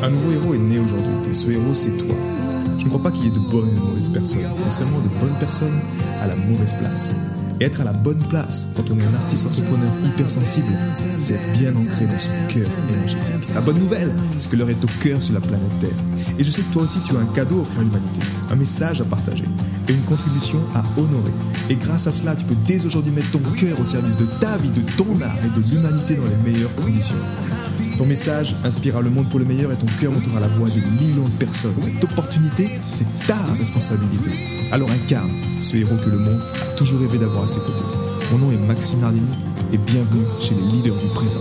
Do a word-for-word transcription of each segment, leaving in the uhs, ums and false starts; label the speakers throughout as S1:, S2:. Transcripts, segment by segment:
S1: Un nouveau héros est né aujourd'hui, et ce héros, c'est toi. Je ne crois pas qu'il y ait de bonnes et de mauvaises personnes, mais seulement de bonnes personnes à la mauvaise place. Et être à la bonne place, quand on est un artiste entrepreneur hypersensible, c'est être bien ancré dans son cœur énergétique. La bonne nouvelle, c'est que l'heure est au cœur sur la planète Terre. Et je sais que toi aussi, tu as un cadeau à offrir à l'humanité, un message à partager et une contribution à honorer. Et grâce à cela, tu peux dès aujourd'hui mettre ton cœur au service de ta vie, de ton art et de l'humanité dans les meilleures conditions. Ton message inspirera le monde pour le meilleur et ton cœur montera la voix de millions de personnes. Cette opportunité, c'est ta responsabilité. Alors incarne ce héros que le monde a toujours rêvé d'avoir à ses côtés. Mon nom est Maxime Nardini et bienvenue chez les leaders du présent.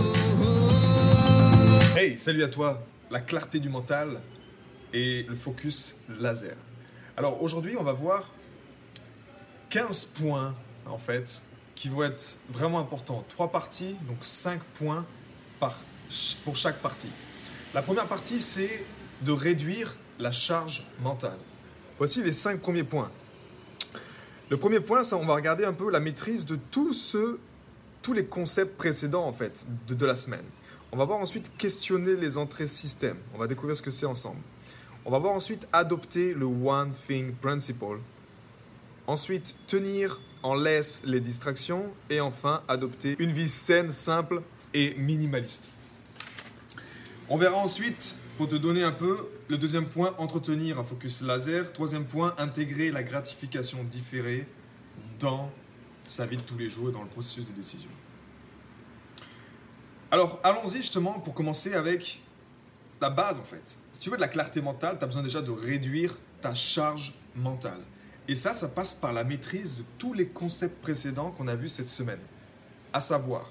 S2: Hey, salut à toi, la clarté du mental et le focus laser. Alors aujourd'hui, on va voir quinze points en fait qui vont être vraiment importants. Trois parties, donc cinq points par pour chaque partie. La première partie, c'est de réduire la charge mentale. Voici les cinq premiers points. Le premier point, ça, on va regarder un peu la maîtrise de tous ce, tous les concepts précédents en fait de, de la semaine. On va voir ensuite questionner les entrées système. On va découvrir ce que c'est ensemble. On va voir ensuite adopter le One Thing Principle. Ensuite, tenir en laisse les distractions. Et enfin, adopter une vie saine, simple et minimaliste. On verra ensuite, pour te donner un peu, le deuxième point, entretenir un focus laser. Troisième point, intégrer la gratification différée dans sa vie de tous les jours et dans le processus de décision. Alors, allons-y justement pour commencer avec la base en fait. Si tu veux de la clarté mentale, tu as besoin déjà de réduire ta charge mentale. Et ça, ça passe par la maîtrise de tous les concepts précédents qu'on a vus cette semaine. À savoir,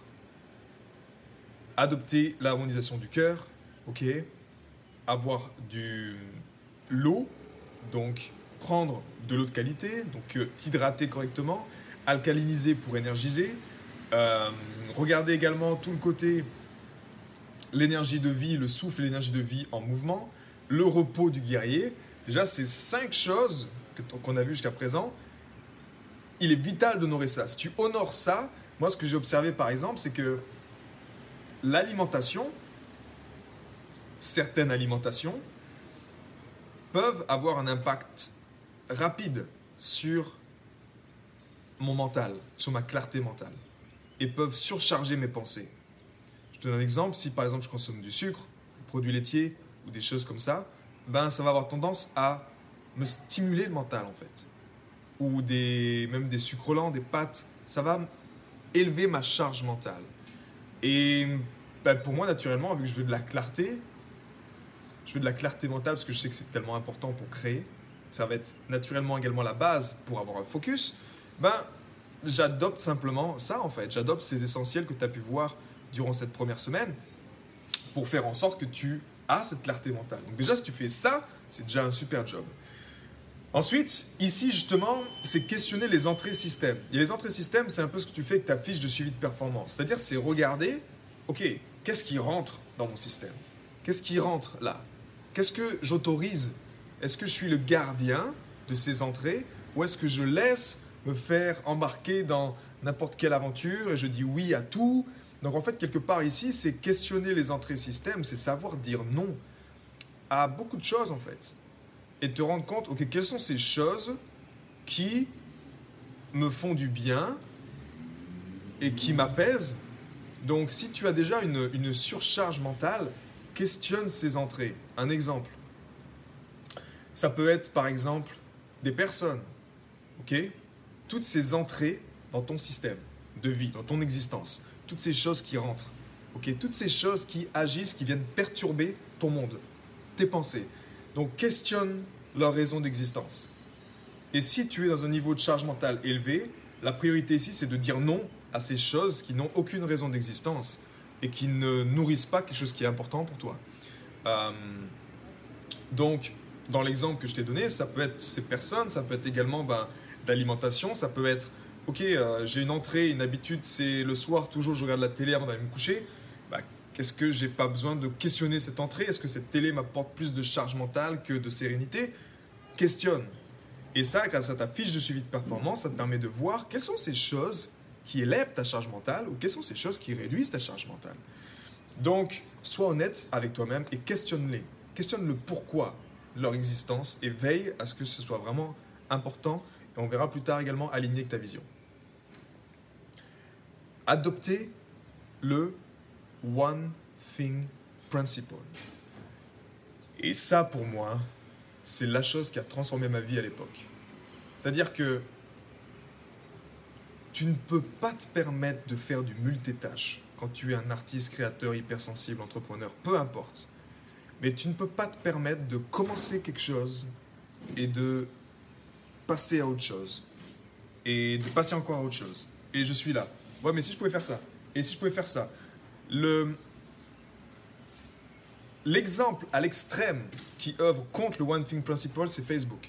S2: adopter l'harmonisation du cœur, ok, avoir de l'eau, donc prendre de l'eau de qualité, donc euh, t'hydrater correctement, alcaliniser pour énergiser, euh, regarder également tout le côté l'énergie de vie, le souffle et l'énergie de vie en mouvement, le repos du guerrier. Déjà, ces cinq choses que, qu'on a vues jusqu'à présent, il est vital d'honorer ça. Si tu honores ça, moi ce que j'ai observé par exemple, c'est que l'alimentation, certaines alimentations peuvent avoir un impact rapide sur mon mental, sur ma clarté mentale et peuvent surcharger mes pensées. Je te donne un exemple, si par exemple je consomme du sucre, des produits laitiers ou des choses comme ça, ben ça va avoir tendance à me stimuler le mental en fait. Ou des, même des sucres lents, des pâtes, ça va élever ma charge mentale. Et ben, pour moi naturellement, vu que je veux de la clarté, je veux de la clarté mentale parce que je sais que c'est tellement important pour créer. Ça va être naturellement également la base pour avoir un focus. Ben, j'adopte simplement ça en fait. J'adopte ces essentiels que tu as pu voir durant cette première semaine pour faire en sorte que tu as cette clarté mentale. Donc déjà, si tu fais ça, c'est déjà un super job. Ensuite, ici justement, c'est questionner les entrées système. Et les entrées système, c'est un peu ce que tu fais avec ta fiche de suivi de performance. C'est-à-dire, c'est regarder, ok, qu'est-ce qui rentre dans mon système? Qu'est-ce qui rentre là? Qu'est-ce que j'autorise? Est-ce que je suis le gardien de ces entrées ou est-ce que je laisse me faire embarquer dans n'importe quelle aventure et je dis oui à tout? Donc en fait, quelque part ici, c'est questionner les entrées système, c'est savoir dire non à beaucoup de choses en fait. Et te rendre compte, ok, quelles sont ces choses qui me font du bien et qui m'apaisent. Donc si tu as déjà une, une surcharge mentale, questionne ces entrées. Un exemple, ça peut être par exemple des personnes, ok? Toutes ces entrées dans ton système de vie, dans ton existence, toutes ces choses qui rentrent, ok? Toutes ces choses qui agissent, qui viennent perturber ton monde, tes pensées. Donc questionne leur raison d'existence. Et si tu es dans un niveau de charge mentale élevé, la priorité ici, c'est de dire non à ces choses qui n'ont aucune raison d'existence et qui ne nourrissent pas quelque chose qui est important pour toi. Euh, donc, dans l'exemple que je t'ai donné, ça peut être ces personnes, ça peut être également ben, d'alimentation, ça peut être, ok, euh, j'ai une entrée, une habitude, c'est le soir, toujours je regarde la télé avant d'aller me coucher. Ben, qu'est-ce que j'ai pas besoin de questionner cette entrée? Est-ce que cette télé m'apporte plus de charge mentale que de sérénité? Questionne. Et ça, grâce à ta fiche de suivi de performance, ça te permet de voir quelles sont ces choses qui élèvent ta charge mentale ou quelles sont ces choses qui réduisent ta charge mentale. Donc, sois honnête avec toi-même et questionne-les. questionne le pourquoi de leur existence et veille à ce que ce soit vraiment important. Et on verra plus tard également aligné avec ta vision. Adopter le One Thing Principle. Et ça, pour moi, c'est la chose qui a transformé ma vie à l'époque. C'est-à-dire que tu ne peux pas te permettre de faire du multitâche quand tu es un artiste, créateur, hypersensible, entrepreneur, peu importe. Mais tu ne peux pas te permettre de commencer quelque chose et de passer à autre chose. Et de passer encore à autre chose. Et je suis là. Ouais, mais si je pouvais faire ça. Et si je pouvais faire ça. Le... L'exemple à l'extrême qui œuvre contre le One Thing Principle, c'est Facebook.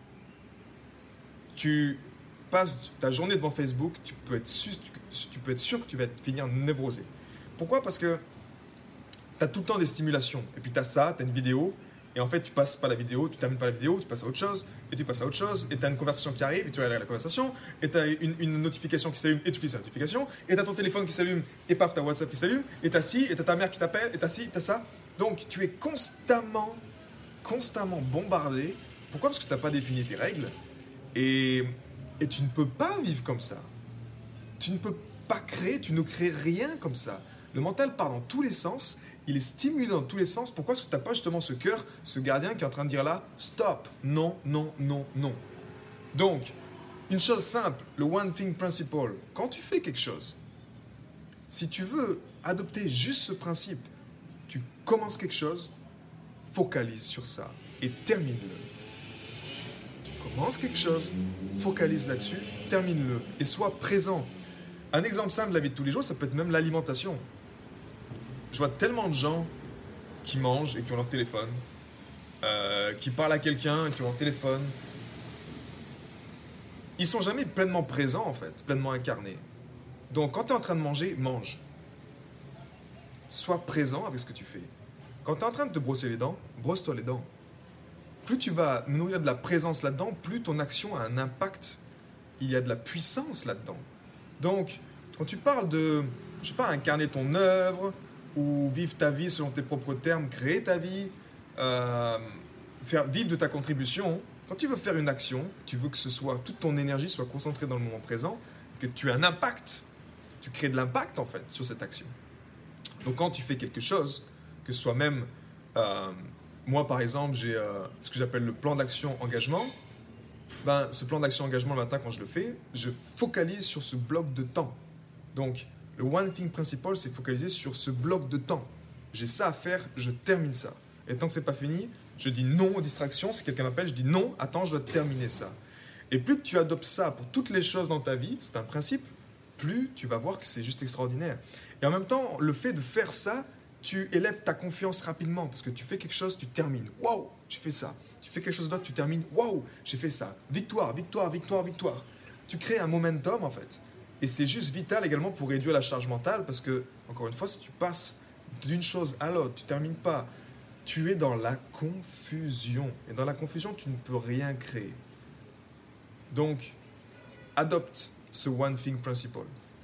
S2: Tu passes ta journée devant Facebook, tu peux être sûr, tu peux être sûr que tu vas finir névrosé. Pourquoi ? Parce que tu as tout le temps des stimulations. Et puis tu as ça, tu as une vidéo, et en fait tu passes pas la vidéo, tu termines pas la vidéo, tu passes à autre chose, et tu passes à autre chose, et tu as une conversation qui arrive, et tu regardes la conversation, et tu as une, une notification qui s'allume, et tu cliques sur la notification, et tu as ton téléphone qui s'allume, et paf, ta WhatsApp qui s'allume, et tu as ci, et tu as ta mère qui t'appelle, et tu as ci, tu as ça. Donc tu es constamment, constamment bombardé. Pourquoi ? Parce que tu n'as pas défini tes règles, et, et tu ne peux pas vivre comme ça. Tu ne peux pas créer, tu ne crées rien comme ça. Le mental part dans tous les sens, il est stimulé dans tous les sens. Pourquoi est-ce que tu n'as pas justement ce cœur, ce gardien qui est en train de dire là, stop, non, non, non, non. Donc, une chose simple, le One Thing Principle, quand tu fais quelque chose, si tu veux adopter juste ce principe, tu commences quelque chose, focalise sur ça et termine-le. Tu commences quelque chose, focalise là-dessus, termine-le et sois présent. Un exemple simple de la vie de tous les jours, ça peut être même l'alimentation. Je vois tellement de gens qui mangent et qui ont leur téléphone, euh, qui parlent à quelqu'un et qui ont leur téléphone. Ils sont jamais pleinement présents en fait, pleinement incarnés. Donc quand tu es en train de manger, mange. Sois présent avec ce que tu fais. Quand tu es en train de te brosser les dents, brosse-toi les dents. Plus tu vas nourrir de la présence là-dedans, plus ton action a un impact. Il y a de la puissance là-dedans. Donc, quand tu parles de, je sais pas, incarner ton œuvre, ou vivre ta vie selon tes propres termes, créer ta vie, euh, faire vivre de ta contribution, quand tu veux faire une action, tu veux que ce soit, toute ton énergie soit concentrée dans le moment présent, que tu aies un impact, tu crées de l'impact en fait sur cette action. Donc quand tu fais quelque chose, que ce soit même, euh, moi par exemple, j'ai euh, ce que j'appelle le plan d'action engagement, ben, ce plan d'action engagement le matin quand je le fais, je focalise sur ce bloc de temps. Donc le One Thing Principle, c'est focaliser sur ce bloc de temps. J'ai ça à faire, je termine ça. Et tant que ce n'est pas fini, je dis non aux distractions. Si quelqu'un m'appelle, je dis non, attends, je dois terminer ça. Et plus que tu adoptes ça pour toutes les choses dans ta vie, c'est un principe, plus tu vas voir que c'est juste extraordinaire. Et en même temps, le fait de faire ça, tu élèves ta confiance rapidement parce que tu fais quelque chose, tu termines. Waouh, j'ai fait ça. Tu fais quelque chose d'autre, tu termines. Waouh, j'ai fait ça. Victoire, victoire, victoire, victoire. Tu crées un momentum en fait. Et c'est juste vital également pour réduire la charge mentale parce que, encore une fois, si tu passes d'une chose à l'autre, tu ne termines pas, tu es dans la confusion. Et dans la confusion, tu ne peux rien créer. Donc, adopte ce One Thing Principle.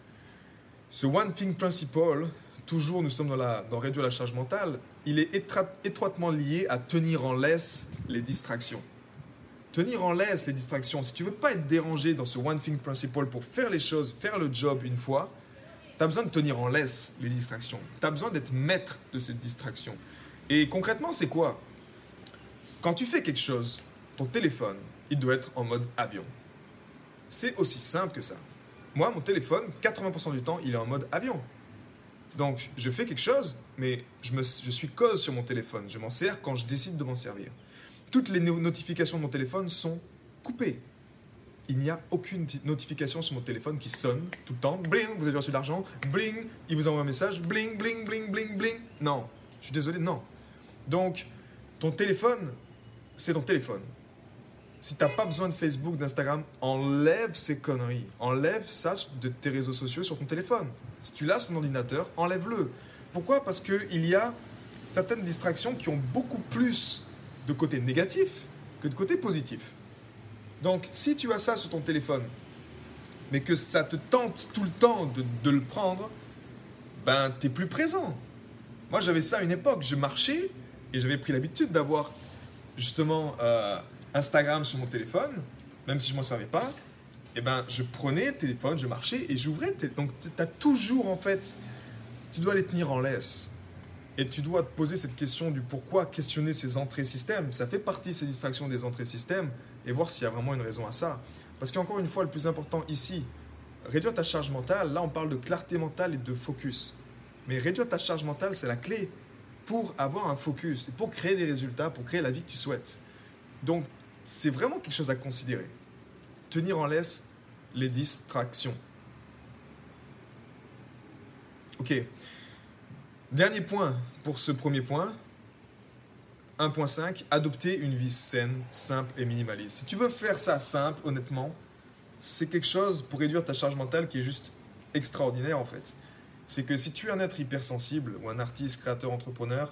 S2: Ce One Thing Principle, toujours nous sommes dans, la, dans réduire la charge mentale, il est étra- étroitement lié à tenir en laisse les distractions. Tenir en laisse les distractions. Si tu ne veux pas être dérangé dans ce One Thing Principle pour faire les choses, faire le job une fois, tu as besoin de tenir en laisse les distractions. Tu as besoin d'être maître de cette distraction. Et concrètement, c'est quoi ? Quand tu fais quelque chose, ton téléphone, il doit être en mode avion. C'est aussi simple que ça. Moi, mon téléphone, quatre-vingts pour cent du temps, il est en mode avion. Donc, je fais quelque chose, mais je, me, je suis cause sur mon téléphone. Je m'en sers quand je décide de m'en servir. Toutes les notifications de mon téléphone sont coupées. Il n'y a aucune notification sur mon téléphone qui sonne tout le temps. Bling, vous avez reçu de l'argent. Bling, il vous envoie un message. Bling, bling, bling, bling, bling. Non, je suis désolé, non. Donc, ton téléphone, c'est ton téléphone. Si tu n'as pas besoin de Facebook, d'Instagram, enlève ces conneries. Enlève ça de tes réseaux sociaux sur ton téléphone. Si tu l'as sur ton ordinateur, enlève-le. Pourquoi ? Parce qu'il y a certaines distractions qui ont beaucoup plus de côté négatif que de côté positif. Donc, si tu as ça sur ton téléphone, mais que ça te tente tout le temps de, de le prendre, ben, tu n'es plus présent. Moi, j'avais ça à une époque. Je marchais et j'avais pris l'habitude d'avoir justement euh, Instagram sur mon téléphone, même si je ne m'en servais pas, et ben, je prenais le téléphone, je marchais et j'ouvrais. Tes... Donc, tu as toujours, en fait, tu dois les tenir en laisse. Et tu dois te poser cette question du pourquoi, questionner ces entrées système. Ça fait partie, ces distractions des entrées système, et voir s'il y a vraiment une raison à ça. Parce qu'encore une fois, le plus important ici, réduire ta charge mentale, là on parle de clarté mentale et de focus. Mais réduire ta charge mentale, c'est la clé pour avoir un focus, pour créer des résultats, pour créer la vie que tu souhaites. Donc, c'est vraiment quelque chose à considérer. Tenir en laisse les distractions. Ok. Dernier point pour ce premier point. un point cinq, adopter une vie saine, simple et minimaliste. Si tu veux faire ça simple, honnêtement, c'est quelque chose pour réduire ta charge mentale qui est juste extraordinaire en fait. C'est que si tu es un être hypersensible ou un artiste, créateur, entrepreneur,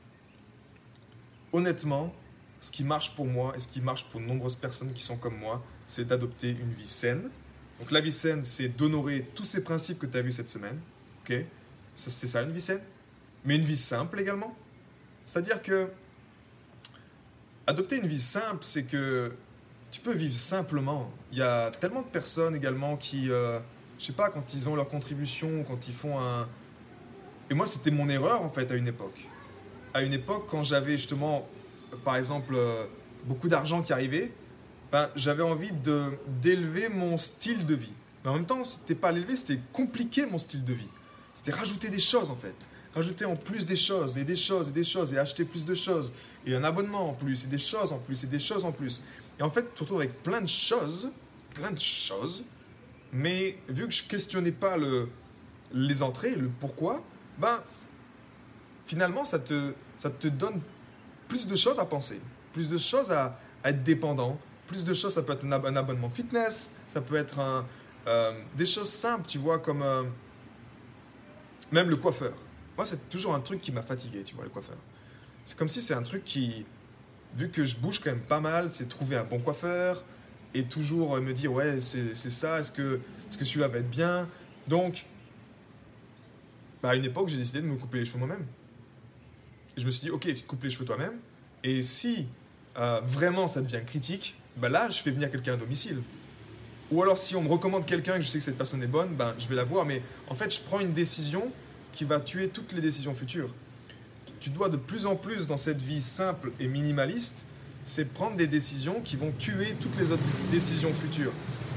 S2: honnêtement, ce qui marche pour moi et ce qui marche pour de nombreuses personnes qui sont comme moi, c'est d'adopter une vie saine. Donc la vie saine, c'est d'honorer tous ces principes que tu as vus cette semaine. Ok ? Ça, c'est ça une vie saine. Mais une vie simple également. C'est-à-dire que adopter une vie simple, c'est que tu peux vivre simplement. Il y a tellement de personnes également qui, euh, je sais pas, quand ils ont leur contribution, quand ils font un... Et moi, c'était mon erreur en fait à une époque. À une époque, quand j'avais justement, par exemple, euh, beaucoup d'argent qui arrivait, ben, j'avais envie de, d'élever mon style de vie. Mais en même temps, c'était pas l'élever, c'était compliquer mon style de vie. C'était rajouter des choses en fait. Rajouter en plus des choses, et des choses, et des choses, et acheter plus de choses, et un abonnement en plus, et des choses en plus, et des choses en plus. Et en fait, tu te retrouves avec plein de choses, plein de choses, mais vu que je ne questionnais pas le, les entrées, le pourquoi, ben, finalement, ça te, ça te donne plus de choses à penser, plus de choses à, à être dépendant, plus de choses, ça peut être un, ab- un abonnement fitness, ça peut être un, euh, des choses simples, tu vois, comme euh, même le coiffeur. Moi, c'est toujours un truc qui m'a fatigué, tu vois, le coiffeur. C'est comme si c'est un truc qui, vu que je bouge quand même pas mal, c'est trouver un bon coiffeur et toujours me dire, ouais, c'est, c'est ça, est-ce que, est-ce que celui-là va être bien ? Donc, bah, à une époque, j'ai décidé de me couper les cheveux moi-même. Et je me suis dit, ok, tu te coupes les cheveux toi-même. Et si euh, vraiment ça devient critique, bah là, je fais venir quelqu'un à domicile. Ou alors, si on me recommande quelqu'un et que je sais que cette personne est bonne, ben, je vais la voir. Mais en fait, je prends une décision qui va tuer toutes les décisions futures. Tu dois de plus en plus dans cette vie simple et minimaliste, c'est prendre des décisions qui vont tuer toutes les autres décisions futures.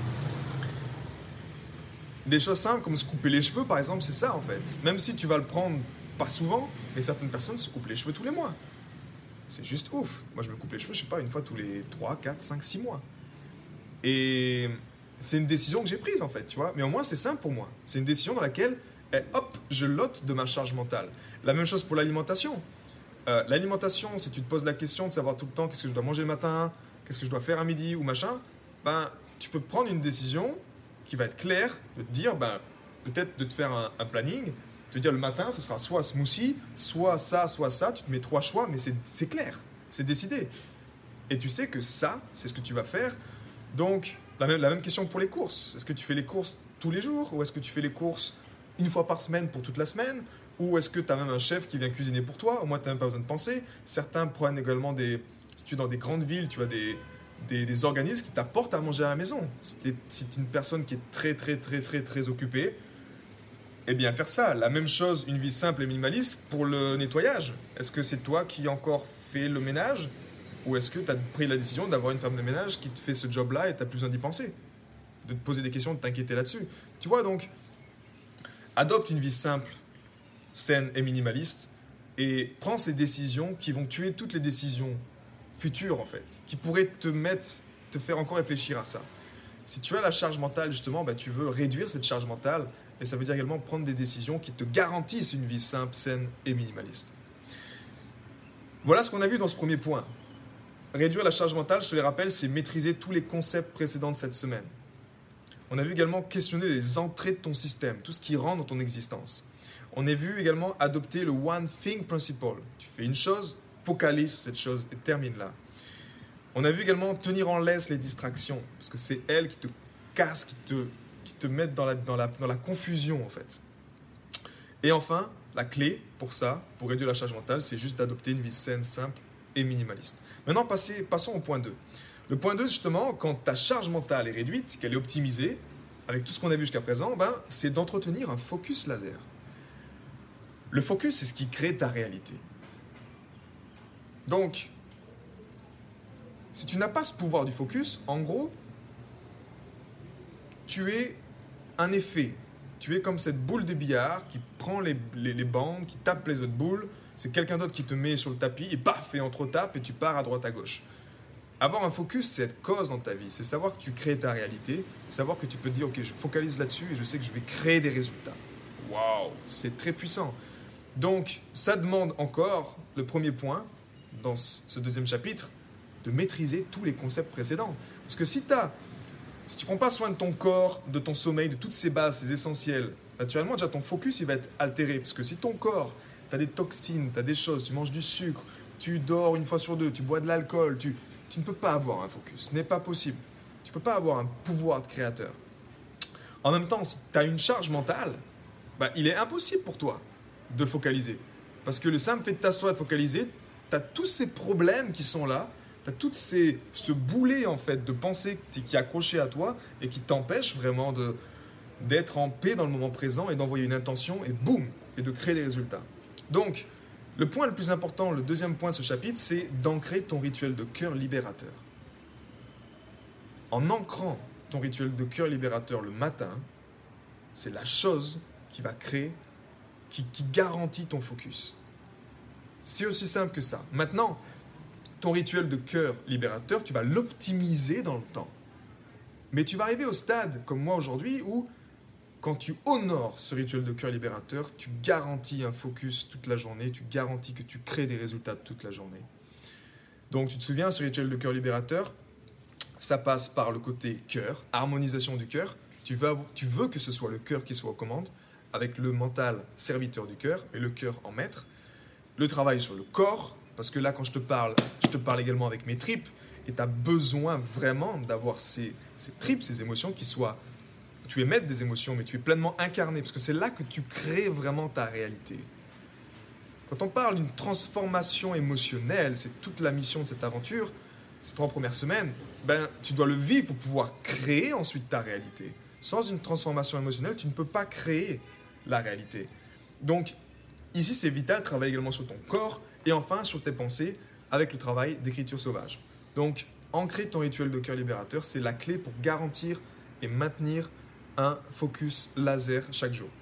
S2: Des choses simples comme se couper les cheveux, par exemple, c'est ça en fait. Même si tu vas le prendre pas souvent, mais certaines personnes se coupent les cheveux tous les mois. C'est juste ouf. Moi, je me coupe les cheveux, je sais pas, une fois tous les trois, quatre, cinq, six mois. Et c'est une décision que j'ai prise en fait, tu vois. Mais au moins, c'est simple pour moi. C'est une décision dans laquelle et hop, je l'ôte de ma charge mentale. La même chose pour l'alimentation. Euh, l'alimentation, si tu te poses la question de savoir tout le temps qu'est-ce que je dois manger le matin, qu'est-ce que je dois faire à midi ou machin, ben, tu peux prendre une décision qui va être claire, de te dire, ben, peut-être de te faire un, un planning, te dire le matin, ce sera soit smoothie, soit ça, soit ça, tu te mets trois choix, mais c'est, c'est clair, c'est décidé. Et tu sais que ça, c'est ce que tu vas faire. Donc, la même, la même question pour les courses. Est-ce que tu fais les courses tous les jours ou est-ce que tu fais les courses une fois par semaine pour toute la semaine, ou est-ce que tu as même un chef qui vient cuisiner pour toi, au moins tu n'as même pas besoin de penser. Certains prennent également des... Si tu es dans des grandes villes, tu as des, des, des organismes qui t'apportent à manger à la maison. Si tu es si une personne qui est très, très, très, très, très occupée, eh bien faire ça. La même chose, une vie simple et minimaliste pour le nettoyage. Est-ce que c'est toi qui encore fais le ménage, ou est-ce que tu as pris la décision d'avoir une femme de ménage qui te fait ce job-là et tu n'as plus besoin d'y penser, de te poser des questions, de t'inquiéter là-dessus. Tu vois, donc... Adopte une vie simple, saine et minimaliste et prends ces décisions qui vont tuer toutes les décisions futures en fait, qui pourraient te mettre, te faire encore réfléchir à ça. Si tu as la charge mentale justement, bah, tu veux réduire cette charge mentale et ça veut dire également prendre des décisions qui te garantissent une vie simple, saine et minimaliste. Voilà ce qu'on a vu dans ce premier point. Réduire la charge mentale, je te les rappelle, c'est maîtriser tous les concepts précédents de cette semaine. On a vu également questionner les entrées de ton système, tout ce qui rentre dans ton existence. On a vu également adopter le One Thing Principle. Tu fais une chose, focalise sur cette chose et termine là. On a vu également tenir en laisse les distractions, parce que c'est elles qui te cassent, qui te, qui te mettent dans la, dans, la, dans la confusion en fait. Et enfin, La clé pour ça, pour réduire la charge mentale, c'est juste d'adopter une vie saine, simple et minimaliste. Maintenant, passez, passons au point deux. Le point deux, justement, quand ta charge mentale est réduite, qu'elle est optimisée, avec tout ce qu'on a vu jusqu'à présent, ben, c'est d'entretenir un focus laser. Le focus, c'est ce qui crée ta réalité. Donc, si tu n'as pas ce pouvoir du focus, en gros, tu es un effet. Tu es comme cette boule de billard qui prend les, les, les bandes, qui tape les autres boules. C'est quelqu'un d'autre qui te met sur le tapis et paf, et on te retape et tu pars à droite à gauche. Avoir un focus, c'est être cause dans ta vie. C'est savoir que tu crées ta réalité. Savoir que tu peux te dire, ok, je focalise là-dessus et je sais que je vais créer des résultats. Waouh, c'est très puissant. Donc, ça demande encore, le premier point, dans ce deuxième chapitre, de maîtriser tous les concepts précédents. Parce que si, t'as, si tu ne prends pas soin de ton corps, de ton sommeil, de toutes ces bases, ces essentiels, naturellement, déjà, ton focus, il va être altéré. Parce que si ton corps, tu as des toxines, tu as des choses, tu manges du sucre, tu dors une fois sur deux, tu bois de l'alcool, tu, tu ne peux pas avoir un focus. Ce n'est pas possible. Tu ne peux pas avoir un pouvoir de créateur. En même temps, si tu as une charge mentale, bah, il est impossible pour toi de focaliser. Parce que le simple fait de t'asseoir et de focaliser, tu as tous ces problèmes qui sont là, tu as tout ces, ce boulet en fait, de pensée qui est accroché à toi et qui t'empêche vraiment de, d'être en paix dans le moment présent et d'envoyer une intention et boum, et de créer des résultats. Donc, le point le plus important, le deuxième point de ce chapitre, c'est d'ancrer ton rituel de cœur libérateur. En ancrant ton rituel de cœur libérateur le matin, c'est la chose qui va créer, qui, qui garantit ton focus. C'est aussi simple que ça. Maintenant, ton rituel de cœur libérateur, tu vas l'optimiser dans le temps. Mais tu vas arriver au stade, comme moi aujourd'hui, où quand tu honores ce rituel de cœur libérateur, tu garantis un focus toute la journée, tu garantis que tu crées des résultats toute la journée. Donc, tu te souviens, ce rituel de cœur libérateur, ça passe par le côté cœur, harmonisation du cœur. Tu veux, tu veux que ce soit le cœur qui soit aux commandes, avec le mental serviteur du cœur et le cœur en maître. Le travail sur le corps, parce que là, quand je te parle, je te parle également avec mes tripes, et tu as besoin vraiment d'avoir ces, ces tripes, ces émotions qui soient... Tu émettes des émotions, mais tu es pleinement incarné, parce que c'est là que tu crées vraiment ta réalité. Quand on parle d'une transformation émotionnelle, c'est toute la mission de cette aventure, ces trois premières semaines, ben, tu dois le vivre pour pouvoir créer ensuite ta réalité. Sans une transformation émotionnelle, tu ne peux pas créer la réalité. Donc, ici, c'est vital de travailler également sur ton corps et enfin sur tes pensées avec le travail d'écriture sauvage. Donc, ancrer ton rituel de cœur libérateur, c'est la clé pour garantir et maintenir un focus laser chaque jour.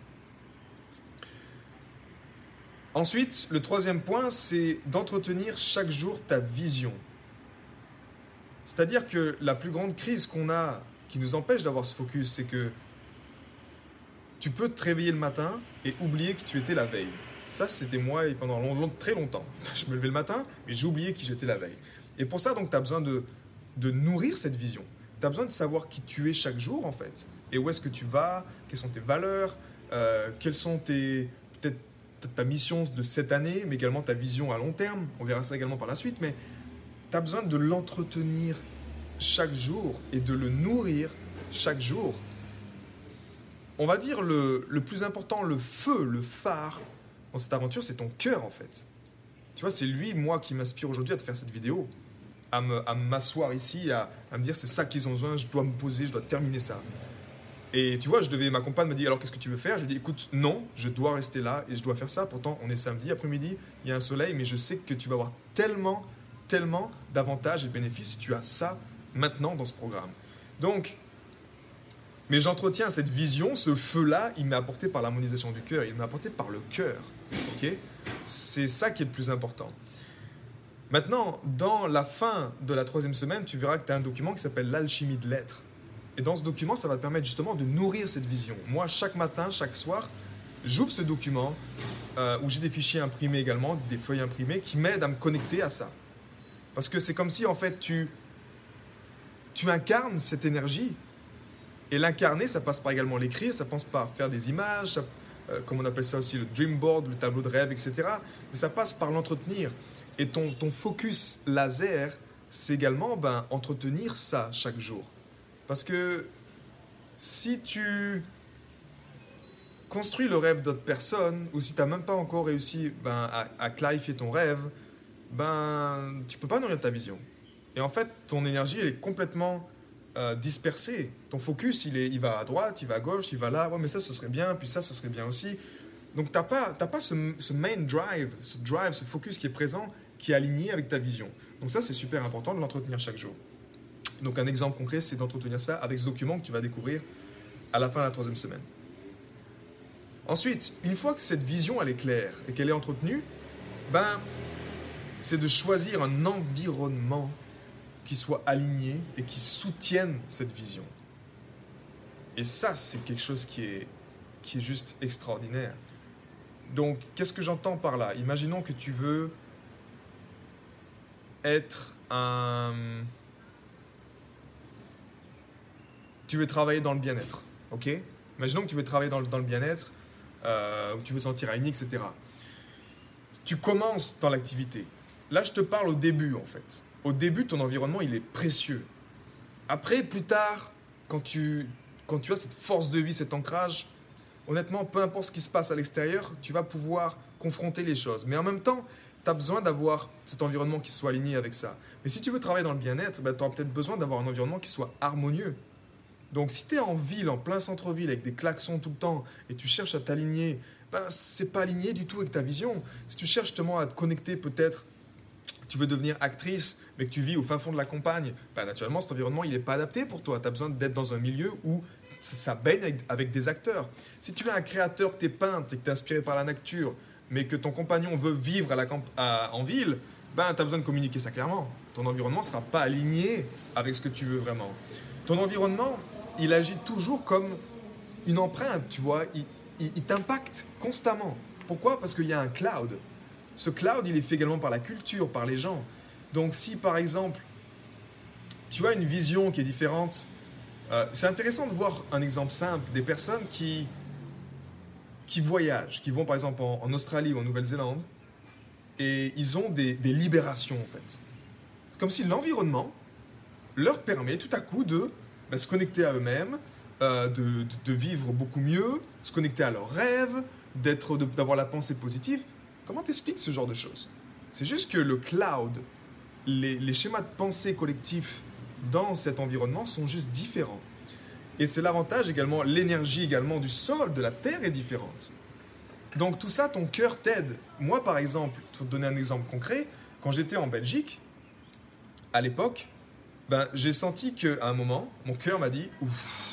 S2: Ensuite, le troisième point, c'est d'entretenir chaque jour ta vision. C'est-à-dire que la plus grande crise qu'on a, qui nous empêche d'avoir ce focus, c'est que tu peux te réveiller le matin et oublier qui tu étais la veille. Ça, c'était moi et pendant long, long, très longtemps. Je me levais le matin, mais j'ai oublié qui j'étais la veille. Et pour ça, donc, tu as besoin de, de nourrir cette vision. Tu as besoin de savoir qui tu es chaque jour, en fait. Et où est-ce que tu vas, quelles sont tes valeurs, euh, quelles sont tes, peut-être ta mission de cette année, mais également ta vision à long terme. On verra ça également par la suite, mais tu as besoin de l'entretenir chaque jour et de le nourrir chaque jour. On va dire le, le plus important, le feu, le phare dans cette aventure, c'est ton cœur en fait. Tu vois, c'est lui, moi, qui m'inspire aujourd'hui à te faire cette vidéo, à, me, à m'asseoir ici, à, à me dire c'est ça qu'ils ont besoin, je dois me poser, je dois terminer ça. Et tu vois, je devais, ma compagne me dit alors qu'est-ce que tu veux faire? Je lui dis écoute, non, je dois rester là et je dois faire ça. Pourtant, on est samedi après-midi, il y a un soleil, mais je sais que tu vas avoir tellement, tellement d'avantages et de bénéfices si tu as ça maintenant dans ce programme. Donc, mais j'entretiens cette vision, ce feu-là, il m'est apporté par l'harmonisation du cœur, il m'est apporté par le cœur. Okay? C'est ça qui est le plus important. Maintenant, dans la fin de la troisième semaine, tu verras que tu as un document qui s'appelle l'alchimie de l'être. Et dans ce document, ça va te permettre justement de nourrir cette vision. Moi, chaque matin, chaque soir, j'ouvre ce document euh, où j'ai des fichiers imprimés également, des feuilles imprimées qui m'aident à me connecter à ça. Parce que c'est comme si, en fait, tu, tu incarnes cette énergie. Et l'incarner, ça passe par également l'écrire, ça passe par faire des images, ça, euh, comme on appelle ça aussi le dream board, le tableau de rêve, et cetera. Mais ça passe par l'entretenir. Et ton, ton focus laser, c'est également ben, entretenir ça chaque jour. Parce que si tu construis le rêve d'autres personnes, ou si tu n'as même pas encore réussi ben, à, à clarifier ton rêve, ben, tu ne peux pas nourrir ta vision. Et en fait, ton énergie, elle est complètement euh, dispersée. Ton focus, il, est, il va à droite, il va à gauche, il va là, ouais, mais ça, ce serait bien, puis ça, ce serait bien aussi. Donc, tu n'as pas, t'as pas ce, ce main drive, ce drive, ce focus qui est présent, qui est aligné avec ta vision. Donc ça, c'est super important de l'entretenir chaque jour. Donc, un exemple concret, c'est d'entretenir ça avec ce document que tu vas découvrir à la fin de la troisième semaine. Ensuite, une fois que cette vision, elle est claire et qu'elle est entretenue, ben, c'est de choisir un environnement qui soit aligné et qui soutienne cette vision. Et ça, c'est quelque chose qui est, qui est juste extraordinaire. Donc, qu'est-ce que j'entends par là? Imaginons que tu veux être un... Tu veux travailler dans le bien-être, ok? Imaginons que tu veux travailler dans le, dans le bien-être, euh, où tu veux te sentir aligné, et cetera. Tu commences dans l'activité. Là, je te parle au début, en fait. Au début, ton environnement, il est précieux. Après, plus tard, quand tu, quand tu as cette force de vie, cet ancrage, honnêtement, peu importe ce qui se passe à l'extérieur, tu vas pouvoir confronter les choses. Mais en même temps, tu as besoin d'avoir cet environnement qui soit aligné avec ça. Mais si tu veux travailler dans le bien-être, ben, tu auras peut-être besoin d'avoir un environnement qui soit harmonieux. Donc, si tu es en ville, en plein centre-ville, avec des klaxons tout le temps, et tu cherches à t'aligner, ben, ce n'est pas aligné du tout avec ta vision. Si tu cherches justement à te connecter, peut-être, tu veux devenir actrice, mais que tu vis au fin fond de la campagne, ben, naturellement, cet environnement, il n'est pas adapté pour toi. Tu as besoin d'être dans un milieu où ça, ça baigne avec, avec des acteurs. Si tu es un créateur, que tu es peintre et que tu es inspiré par la nature, mais que ton compagnon veut vivre à la camp- à, en ville, ben, tu as besoin de communiquer ça clairement. Ton environnement ne sera pas aligné avec ce que tu veux vraiment. Ton environnement, il agit toujours comme une empreinte, tu vois. Il, il, il t'impacte constamment. Pourquoi? Parce qu'il y a un cloud. Ce cloud, il est fait également par la culture, par les gens. Donc, si par exemple, tu as une vision qui est différente, euh, c'est intéressant de voir un exemple simple des personnes qui, qui voyagent, qui vont par exemple en, en Australie ou en Nouvelle-Zélande, et ils ont des, des libérations en fait. C'est comme si l'environnement leur permet tout à coup de ben, se connecter à eux-mêmes, euh, de, de, de vivre beaucoup mieux, se connecter à leurs rêves, d'être, de, d'avoir la pensée positive. Comment t'expliques ce genre de choses? C'est juste que le cloud, les, les schémas de pensée collectifs dans cet environnement sont juste différents. Et c'est l'avantage également, l'énergie également du sol, de la terre est différente. Donc tout ça, ton cœur t'aide. Moi par exemple, pour te donner un exemple concret, quand j'étais en Belgique, à l'époque, ben, j'ai senti qu'à un moment, mon cœur m'a dit « Ouf,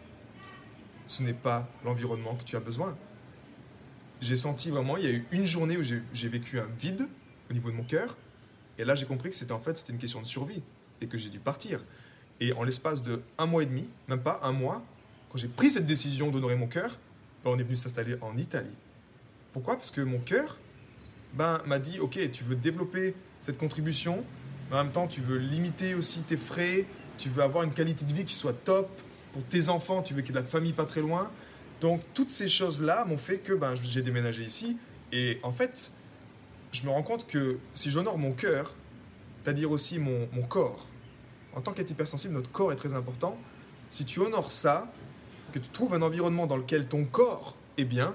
S2: ce n'est pas l'environnement que tu as besoin. » J'ai senti vraiment, il y a eu une journée où j'ai, j'ai vécu un vide au niveau de mon cœur. Et là, j'ai compris que c'était en fait c'était une question de survie et que j'ai dû partir. Et en l'espace de un mois et demi, même pas un mois, quand j'ai pris cette décision d'honorer mon cœur, ben, on est venu s'installer en Italie. Pourquoi? Parce que mon cœur ben, m'a dit « Ok, tu veux développer cette contribution, mais en même temps, tu veux limiter aussi tes frais, tu veux avoir une qualité de vie qui soit top. Pour tes enfants, tu veux qu'il y ait de la famille pas très loin. » Donc, toutes ces choses-là m'ont fait que ben, j'ai déménagé ici. Et en fait, je me rends compte que si j'honore mon cœur, c'est-à-dire aussi mon, mon corps, en tant qu'être hypersensible, notre corps est très important. Si tu honores ça, que tu trouves un environnement dans lequel ton corps est bien,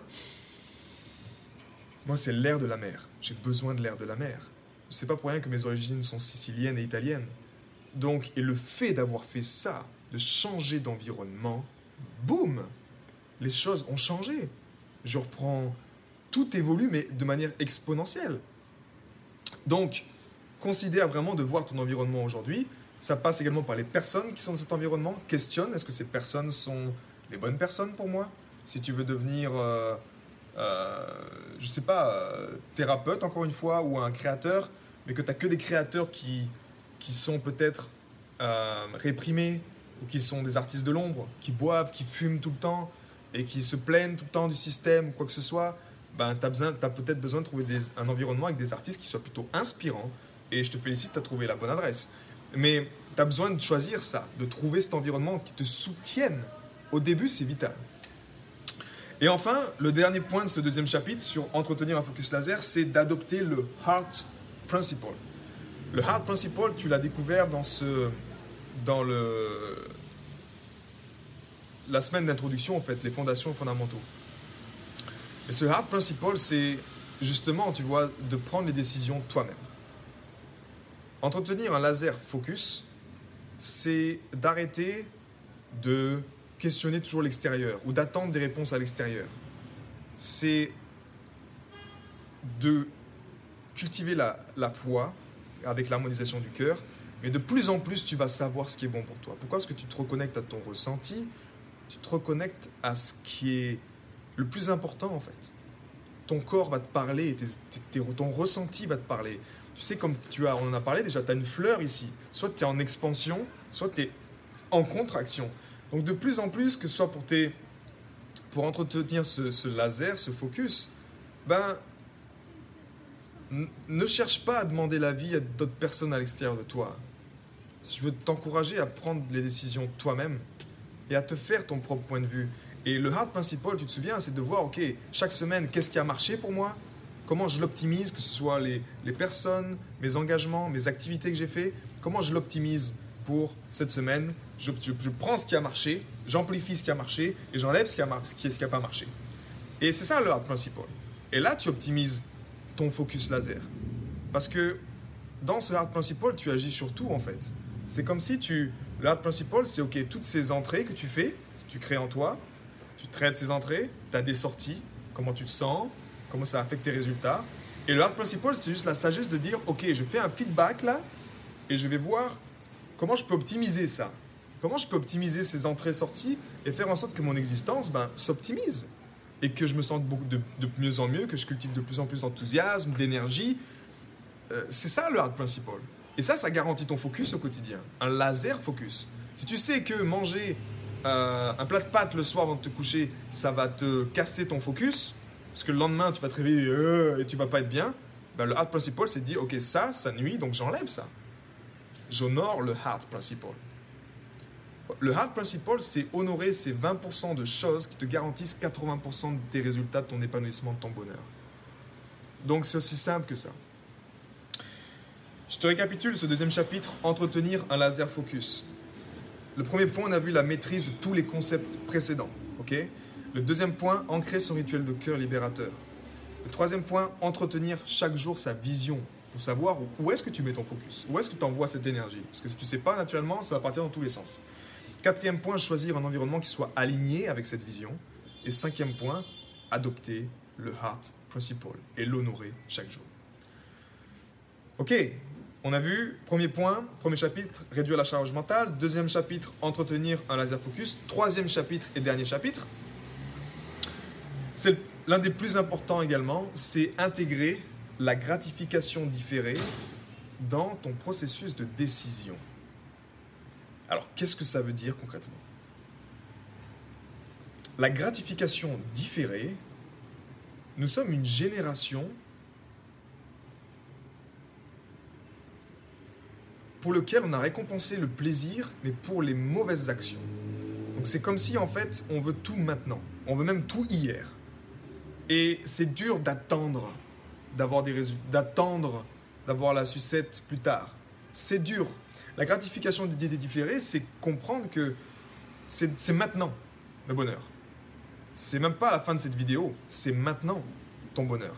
S2: moi, c'est l'air de la mer. J'ai besoin de l'air de la mer. Je ne sais pas pour rien que mes origines sont siciliennes et italiennes. Donc, et le fait d'avoir fait ça, de changer d'environnement, boum, les choses ont changé. Je reprends, tout évolue, mais de manière exponentielle. Donc, considère vraiment de voir ton environnement aujourd'hui. Ça passe également par les personnes qui sont dans cet environnement. Questionne, est-ce que ces personnes sont les bonnes personnes pour moi? Si tu veux devenir, euh, euh, je ne sais pas, euh, thérapeute encore une fois, ou un créateur, mais que tu n'as que des créateurs qui, qui sont peut-être euh, réprimés, ou qui sont des artistes de l'ombre, qui boivent, qui fument tout le temps, et qui se plaignent tout le temps du système ou quoi que ce soit, ben, tu as, as peut-être besoin de trouver des, un environnement avec des artistes qui soient plutôt inspirants. Et je te félicite, tu as trouvé la bonne adresse. Mais tu as besoin de choisir ça, de trouver cet environnement qui te soutienne. Au début, c'est vital. Et enfin, le dernier point de ce deuxième chapitre sur entretenir un focus laser, c'est d'adopter le Heart Principle. Le Heart Principle, tu l'as découvert dans, ce, dans le, la semaine d'introduction, en fait, les fondations fondamentaux. Et ce hard principle, c'est justement, tu vois, de prendre les décisions toi-même. Entretenir un laser focus, c'est d'arrêter de questionner toujours l'extérieur ou d'attendre des réponses à l'extérieur. C'est de cultiver la, la foi avec l'harmonisation du cœur, mais de plus en plus, tu vas savoir ce qui est bon pour toi. Pourquoi? Parce que tu te reconnectes à ton ressenti, tu te reconnectes à ce qui est le plus important en fait. Ton corps va te parler, et tes, tes, ton ressenti va te parler. Tu sais, comme tu as, on en a parlé déjà, tu as une fleur ici. Soit tu es en expansion, soit tu es en contraction. Donc de plus en plus, que ce soit pour, tes, pour entretenir ce, ce laser, ce focus, ben, n- ne cherche pas à demander l'avis à d'autres personnes à l'extérieur de toi. Je veux t'encourager à prendre les décisions toi-même et à te faire ton propre point de vue. Et le hard principle, tu te souviens, c'est de voir, ok, chaque semaine, qu'est-ce qui a marché pour moi? Comment je l'optimise, que ce soit les, les personnes, mes engagements, mes activités que j'ai fait, comment je l'optimise pour cette semaine? Je, je, je prends ce qui a marché, j'amplifie ce qui a marché et j'enlève ce qui a, ce qui, ce qui a pas marché. Et c'est ça le hard principle. Et là, tu optimises ton focus laser. Parce que dans ce hard principle, tu agis sur tout en fait. C'est comme si tu... Le hard principle, c'est ok, toutes ces entrées que tu fais, tu crées en toi, tu traites ces entrées, tu as des sorties, comment tu te sens, comment ça affecte tes résultats. Et le hard principle, c'est juste la sagesse de dire, ok, je fais un feedback là, et je vais voir comment je peux optimiser ça. Comment je peux optimiser ces entrées-sorties et faire en sorte que mon existence ben, s'optimise et que je me sente beaucoup de, de mieux en mieux, que je cultive de plus en plus d'enthousiasme, d'énergie. Euh, c'est ça le hard principle. Et ça, ça garantit ton focus au quotidien. Un laser focus. Si tu sais que manger euh, un plat de pâtes le soir avant de te coucher, ça va te casser ton focus, parce que le lendemain, tu vas te réveiller euh, et tu ne vas pas être bien, ben, le hard principle, c'est de dire, ok, ça, ça nuit, donc j'enlève ça. J'honore le hard principle. Le hard principle, c'est honorer ces vingt pour cent de choses qui te garantissent quatre-vingts pour cent de tes résultats, de ton épanouissement, de ton bonheur. Donc, c'est aussi simple que ça. Je te récapitule ce deuxième chapitre, entretenir un laser focus. Le premier point, on a vu la maîtrise de tous les concepts précédents. Okay? Le deuxième point, ancrer son rituel de cœur libérateur. Le troisième point, entretenir chaque jour sa vision pour savoir où est-ce que tu mets ton focus, où est-ce que tu envoies cette énergie. Parce que si tu ne sais pas, naturellement, ça va partir dans tous les sens. Quatrième point, choisir un environnement qui soit aligné avec cette vision. Et cinquième point, adopter le heart principle et l'honorer chaque jour. Ok, on a vu, premier point, premier chapitre, réduire la charge mentale. Deuxième chapitre, entretenir un laser focus. Troisième chapitre et dernier chapitre. C'est l'un des plus importants également, c'est intégrer la gratification différée dans ton processus de décision. Alors, qu'est-ce que ça veut dire concrètement? La gratification différée, nous sommes une génération pour laquelle on a récompensé le plaisir, mais pour les mauvaises actions. Donc, c'est comme si, en fait, on veut tout maintenant. On veut même tout hier. Et c'est dur d'attendre, d'avoir des résultats, d'attendre, d'avoir la sucette plus tard. C'est dur. La gratification d'idées différées, c'est comprendre que c'est, c'est maintenant le bonheur. C'est même pas à la fin de cette vidéo, c'est maintenant ton bonheur.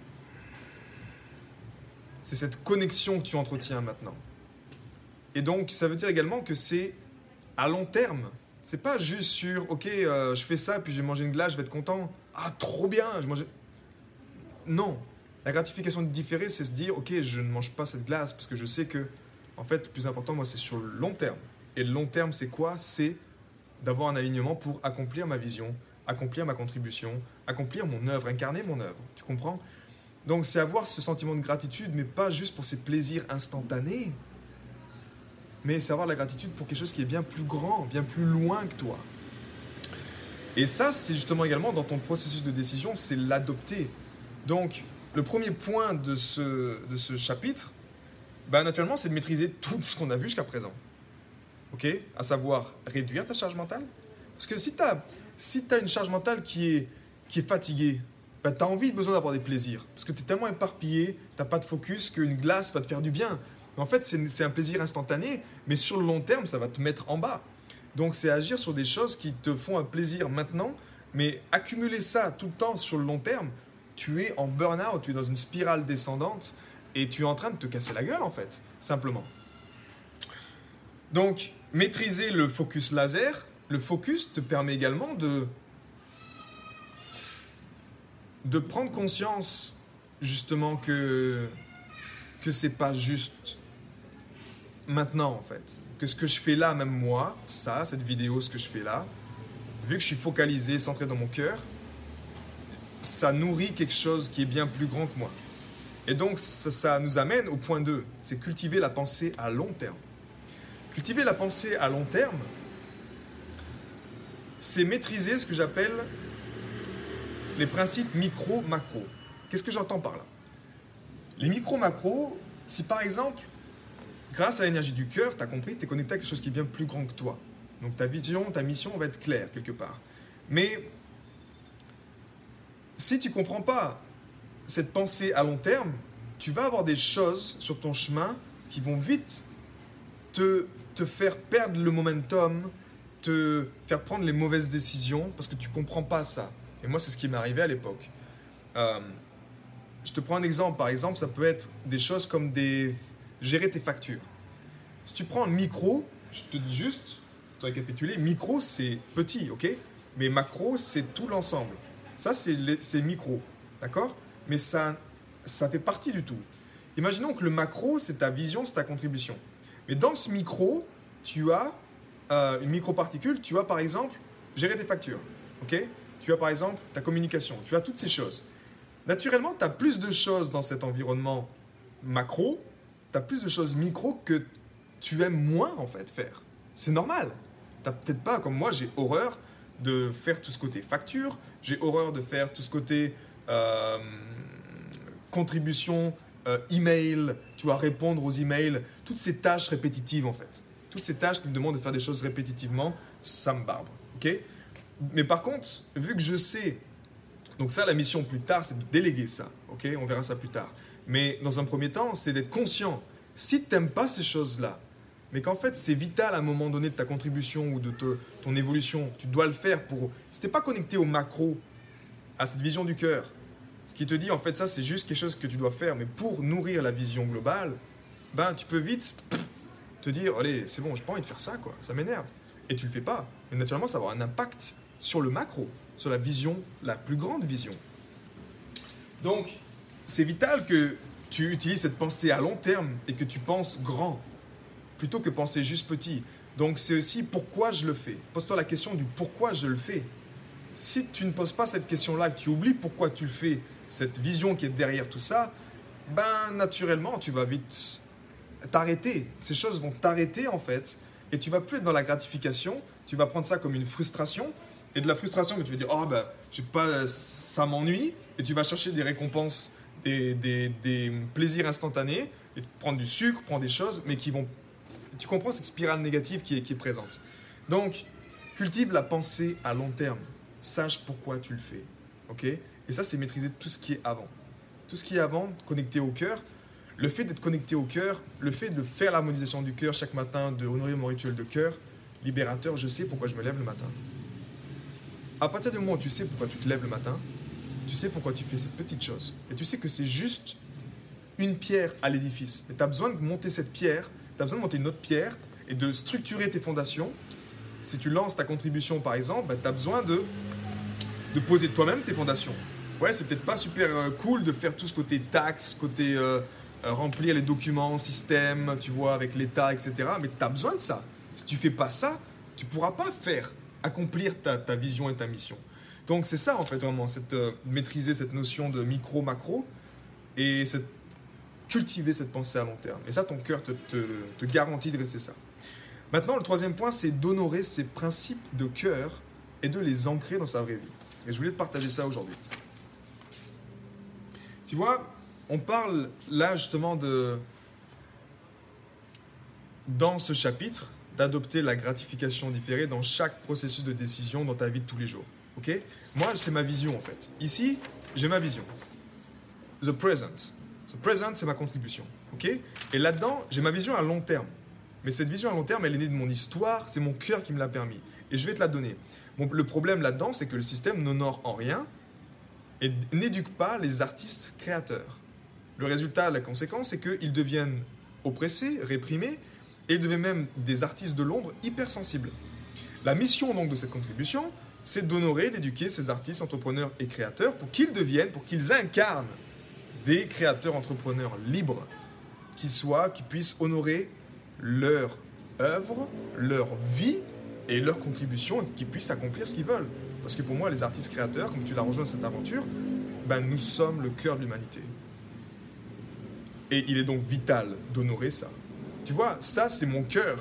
S2: C'est cette connexion que tu entretiens maintenant. Et donc, ça veut dire également que c'est à long terme. C'est pas juste sur, ok, euh, je fais ça, puis je vais manger une glace, je vais être content. Ah, trop bien, je mange... Non. La gratification différée, c'est se dire, ok, je ne mange pas cette glace parce que je sais que, en fait, le plus important, moi, c'est sur le long terme. Et le long terme, c'est quoi? C'est d'avoir un alignement pour accomplir ma vision, accomplir ma contribution, accomplir mon œuvre, incarner mon œuvre. Tu comprends? Donc, c'est avoir ce sentiment de gratitude, mais pas juste pour ces plaisirs instantanés, mais c'est avoir la gratitude pour quelque chose qui est bien plus grand, bien plus loin que toi. Et ça, c'est justement également dans ton processus de décision, c'est l'adopter. Donc, le premier point de ce, de ce chapitre, ben, naturellement, c'est de maîtriser tout ce qu'on a vu jusqu'à présent. Ok? À savoir, réduire ta charge mentale. Parce que si tu as si tu as une charge mentale qui est, qui est fatiguée, ben, tu as envie, besoin d'avoir des plaisirs. Parce que tu es tellement éparpillé, tu n'as pas de focus, qu'une glace va te faire du bien. Mais en fait, c'est, c'est un plaisir instantané, mais sur le long terme, ça va te mettre en bas. Donc, c'est agir sur des choses qui te font un plaisir maintenant Mais accumuler ça tout le temps sur le long terme, tu es en burn-out, tu es dans une spirale descendante et tu es en train de te casser la gueule en fait, simplement. Donc, maîtriser le focus laser, le focus te permet également de, de prendre conscience justement que, que c'est pas juste maintenant en fait. Que ce que je fais là, même moi, ça, cette vidéo, ce que je fais là, vu que je suis focalisé, centré dans mon cœur, ça nourrit quelque chose qui est bien plus grand que moi. Et donc, ça, ça nous amène au point deux, c'est cultiver la pensée à long terme. Cultiver la pensée à long terme, c'est maîtriser ce que j'appelle les principes micro-macro. Qu'est-ce que j'entends par là? Les micro-macro, si par exemple, grâce à l'énergie du cœur, tu as compris, tu es connecté à quelque chose qui est bien plus grand que toi. Donc ta vision, ta mission va être claire quelque part. Mais si tu ne comprends pas cette pensée à long terme, tu vas avoir des choses sur ton chemin qui vont vite te, te faire perdre le momentum, te faire prendre les mauvaises décisions parce que tu ne comprends pas ça. Et moi, c'est ce qui m'est arrivé à l'époque. Euh, je te prends un exemple. Par exemple, ça peut être des choses comme des, gérer tes factures. Si tu prends un micro, je te dis juste, pour récapituler, micro, c'est petit, ok? Mais macro, c'est tout l'ensemble. Ça, c'est, les, c'est micro, d'accord? Mais ça, ça fait partie du tout. Imaginons que le macro, c'est ta vision, c'est ta contribution. Mais dans ce micro, tu as euh, une microparticule, tu as par exemple gérer tes factures, ok? Tu as par exemple ta communication, tu as toutes ces choses. Naturellement, tu as plus de choses dans cet environnement macro, tu as plus de choses micro que tu aimes moins en fait faire. C'est normal. Tu n'as peut-être pas, comme moi, j'ai horreur de faire tout ce côté facture, j'ai horreur de faire tout ce côté euh, contribution, euh, email, tu vas répondre aux emails, toutes ces tâches répétitives en fait. Toutes ces tâches qui me demandent de faire des choses répétitivement, ça me barbe. Okay? Mais par contre, vu que je sais, donc ça la mission plus tard, c'est de déléguer ça. Okay? On verra ça plus tard. Mais dans un premier temps, c'est d'être conscient. Si tu n'aimes pas ces choses-là, mais qu'en fait c'est vital à un moment donné de ta contribution ou de te, ton évolution, tu dois le faire pour... Si tu n'es pas connecté au macro, à cette vision du cœur, ce qui te dit en fait ça c'est juste quelque chose que tu dois faire, mais pour nourrir la vision globale, ben tu peux vite pff, te dire, allez c'est bon, j'ai pas envie de faire ça, quoi, ça m'énerve. Et tu le fais pas. Mais naturellement ça va avoir un impact sur le macro, sur la vision, la plus grande vision. Donc c'est vital que tu utilises cette pensée à long terme et que tu penses grand, plutôt que penser juste petit. Donc c'est aussi pourquoi je le fais. Pose-toi la question du pourquoi je le fais. Si tu ne poses pas cette question-là, que tu oublies pourquoi tu le fais, cette vision qui est derrière tout ça, ben naturellement tu vas vite t'arrêter. Ces choses vont t'arrêter en fait et tu vas plus être dans la gratification, tu vas prendre ça comme une frustration et de la frustration que tu vas dire « Oh ben, j'ai pas, ça m'ennuie » et tu vas chercher des récompenses, des, des, des plaisirs instantanés et prendre du sucre, prendre des choses mais qui vont... Tu comprends cette spirale négative qui est, qui est présente. Donc, cultive la pensée à long terme. Sache pourquoi tu le fais. Okay? Et ça, c'est maîtriser tout ce qui est avant. Tout ce qui est avant, connecté au cœur. Le fait d'être connecté au cœur, le fait de faire l'harmonisation du cœur chaque matin, de honorer mon rituel de cœur, libérateur, je sais pourquoi je me lève le matin. À partir du moment où tu sais pourquoi tu te lèves le matin, tu sais pourquoi tu fais ces petites choses. Et tu sais que c'est juste une pierre à l'édifice. Et tu as besoin de monter cette pierre, tu as besoin de monter une autre pierre et de structurer tes fondations. Si tu lances ta contribution, par exemple, bah, tu as besoin de, de poser toi-même tes fondations. Ouais, c'est peut-être pas super euh, cool de faire tout ce côté taxes, côté euh, euh, remplir les documents, système, tu vois, avec l'État, et cetera. Mais tu as besoin de ça. Si tu fais pas ça, tu pourras pas faire, accomplir ta, ta vision et ta mission. Donc c'est ça en fait vraiment, cette, euh, maîtriser cette notion de micro-macro et cette, cultiver cette pensée à long terme. Et ça, ton cœur te, te, te garantit de rester ça. Maintenant, le troisième point, c'est d'honorer ses principes de cœur et de les ancrer dans sa vraie vie. Et je voulais te partager ça aujourd'hui. Tu vois, on parle là justement de, dans ce chapitre, d'adopter la gratification différée dans chaque processus de décision dans ta vie de tous les jours. Okay? Moi, c'est ma vision en fait. Ici, j'ai ma vision. The present. The present, c'est ma contribution. Okay? Et là-dedans, j'ai ma vision à long terme. Mais cette vision à long terme, elle est née de mon histoire, c'est mon cœur qui me l'a permis. Et je vais te la donner. Bon, le problème là-dedans, c'est que le système n'honore en rien et n'éduque pas les artistes créateurs. Le résultat, la conséquence, c'est qu'ils deviennent oppressés, réprimés, et ils deviennent même des artistes de l'ombre hypersensibles. La mission donc de cette contribution, c'est d'honorer, d'éduquer ces artistes, entrepreneurs et créateurs pour qu'ils deviennent, pour qu'ils incarnent des créateurs, entrepreneurs libres, qui soient, qui puissent honorer leur œuvre, leur vie et leur contribution, et qui puissent accomplir ce qu'ils veulent. Parce que pour moi, les artistes créateurs, comme tu l'as rejoint dans cette aventure, ben nous sommes le cœur de l'humanité. Et il est donc vital d'honorer ça. Tu vois, ça, c'est mon cœur.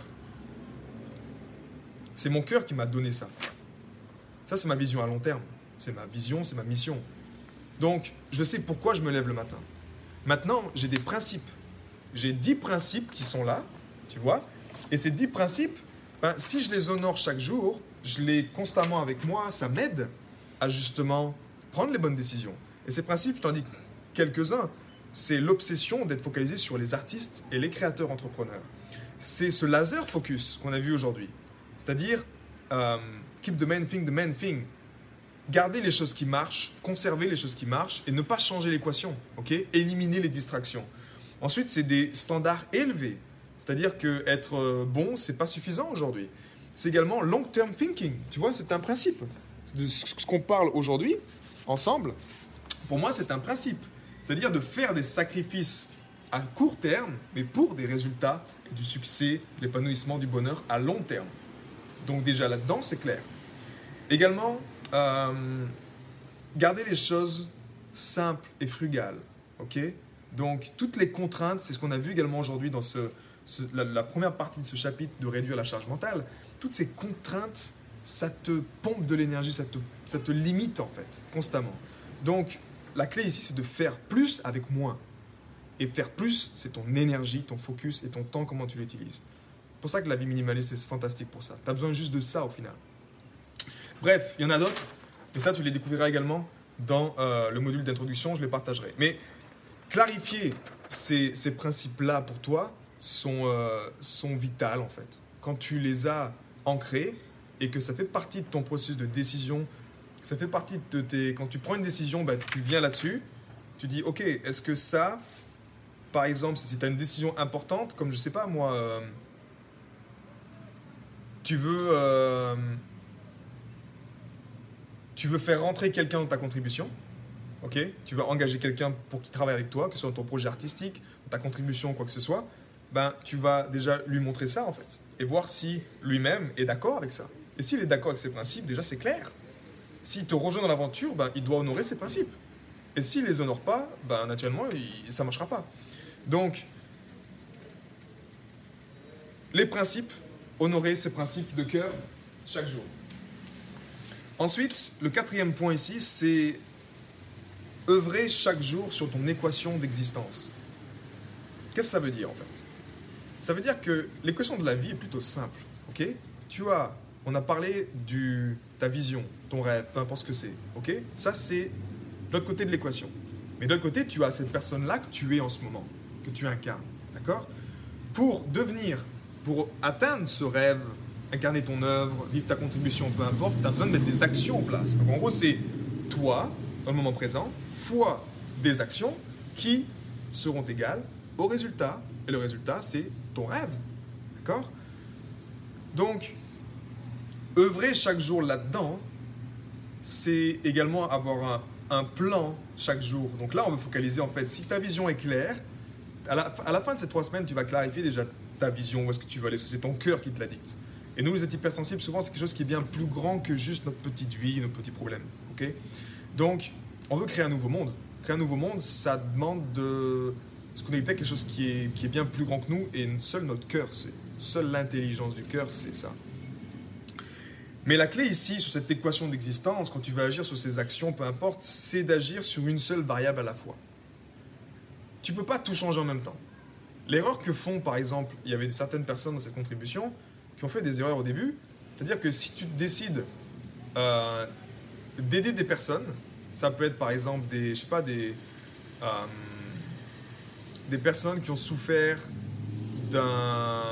S2: C'est mon cœur qui m'a donné ça. Ça, c'est ma vision à long terme. C'est ma vision, c'est ma mission. Donc, je sais pourquoi je me lève le matin. Maintenant, j'ai des principes. J'ai dix principes qui sont là, tu vois. Et ces dix principes, ben, si je les honore chaque jour, je les ai constamment avec moi, ça m'aide à justement prendre les bonnes décisions. Et ces principes, je t'en dis quelques-uns. C'est l'obsession d'être focalisé sur les artistes et les créateurs entrepreneurs. C'est ce laser focus qu'on a vu aujourd'hui. C'est-à-dire, euh, keep the main thing the main thing. Garder les choses qui marchent, conserver les choses qui marchent et ne pas changer l'équation. Okay? Éliminer les distractions. Ensuite, c'est des standards élevés. C'est-à-dire qu'être bon, ce n'est pas suffisant aujourd'hui. C'est également long-term thinking. Tu vois, c'est un principe. De ce qu'on parle aujourd'hui, ensemble, pour moi, c'est un principe. C'est-à-dire de faire des sacrifices à court terme, mais pour des résultats et du succès, l'épanouissement, du bonheur à long terme. Donc déjà là-dedans, c'est clair. Également, euh, garder les choses simples et frugales. Okay? Donc toutes les contraintes, c'est ce qu'on a vu également aujourd'hui dans ce, ce, la, la première partie de ce chapitre de réduire la charge mentale. Toutes ces contraintes, ça te pompe de l'énergie, ça te, ça te limite en fait, constamment. Donc la clé ici, c'est de faire plus avec moins. Et faire plus, c'est ton énergie, ton focus et ton temps, comment tu l'utilises. C'est pour ça que la vie minimaliste, c'est fantastique pour ça. Tu as besoin juste de ça au final. Bref, il y en a d'autres, mais ça, tu les découvriras également dans euh, le module d'introduction, je les partagerai. Mais clarifier ces, ces principes-là pour toi sont, euh, sont vitaux en fait. Quand tu les as ancrés et que ça fait partie de ton processus de décision, ça fait partie de tes... Quand tu prends une décision, bah, tu viens là-dessus, tu dis, ok, est-ce que ça, par exemple, si tu as une décision importante, comme je sais pas moi, euh, tu veux... Euh, tu veux faire rentrer quelqu'un dans ta contribution, ok, tu veux engager quelqu'un pour qu'il travaille avec toi, que ce soit dans ton projet artistique, ta contribution, quoi que ce soit, ben, tu vas déjà lui montrer ça en fait, et voir si lui-même est d'accord avec ça. Et s'il est d'accord avec ses principes, déjà c'est clair. S'il te rejoint dans l'aventure, ben, il doit honorer ses principes. Et s'il ne les honore pas, ben, naturellement, il, ça ne marchera pas. Donc, les principes, honorer ses principes de cœur chaque jour. Ensuite, le quatrième point ici, c'est œuvrer chaque jour sur ton équation d'existence. Qu'est-ce que ça veut dire en fait? Ça veut dire que l'équation de la vie est plutôt simple. Okay? Tu as, on a parlé de ta vision, ton rêve, peu importe ce que c'est. Okay? Ça, c'est de l'autre côté de l'équation. Mais de l'autre côté, tu as cette personne-là que tu es en ce moment, que tu incarnes. D'accord? Pour devenir, pour atteindre ce rêve, incarner ton œuvre, vivre ta contribution, peu importe, tu as besoin de mettre des actions en place. Donc en gros, c'est toi, dans le moment présent, fois des actions qui seront égales au résultat. Et le résultat, c'est ton rêve. D'accord? Donc, œuvrer chaque jour là-dedans, c'est également avoir un, un plan chaque jour. Donc là, on veut focaliser en fait, si ta vision est claire, à la, à la fin de ces trois semaines, tu vas clarifier déjà ta vision, où est-ce que tu veux aller, c'est ton cœur qui te la dicte. Et nous, les êtres hypersensibles, souvent, c'est quelque chose qui est bien plus grand que juste notre petite vie, nos petits problèmes. Okay? Donc, on veut créer un nouveau monde. Créer un nouveau monde, ça demande de se connecter à quelque chose qui est, qui est bien plus grand que nous, et seul notre cœur, c'est, seule l'intelligence du cœur, c'est ça. Mais la clé ici, sur cette équation d'existence, quand tu vas agir sur ces actions, peu importe, c'est d'agir sur une seule variable à la fois. Tu ne peux pas tout changer en même temps. L'erreur que font, par exemple, il y avait certaines personnes dans cette contribution qui ont fait des erreurs au début, c'est-à-dire que si tu décides euh, d'aider des personnes, ça peut être par exemple des, je sais pas, des, euh, des personnes qui ont souffert d'un,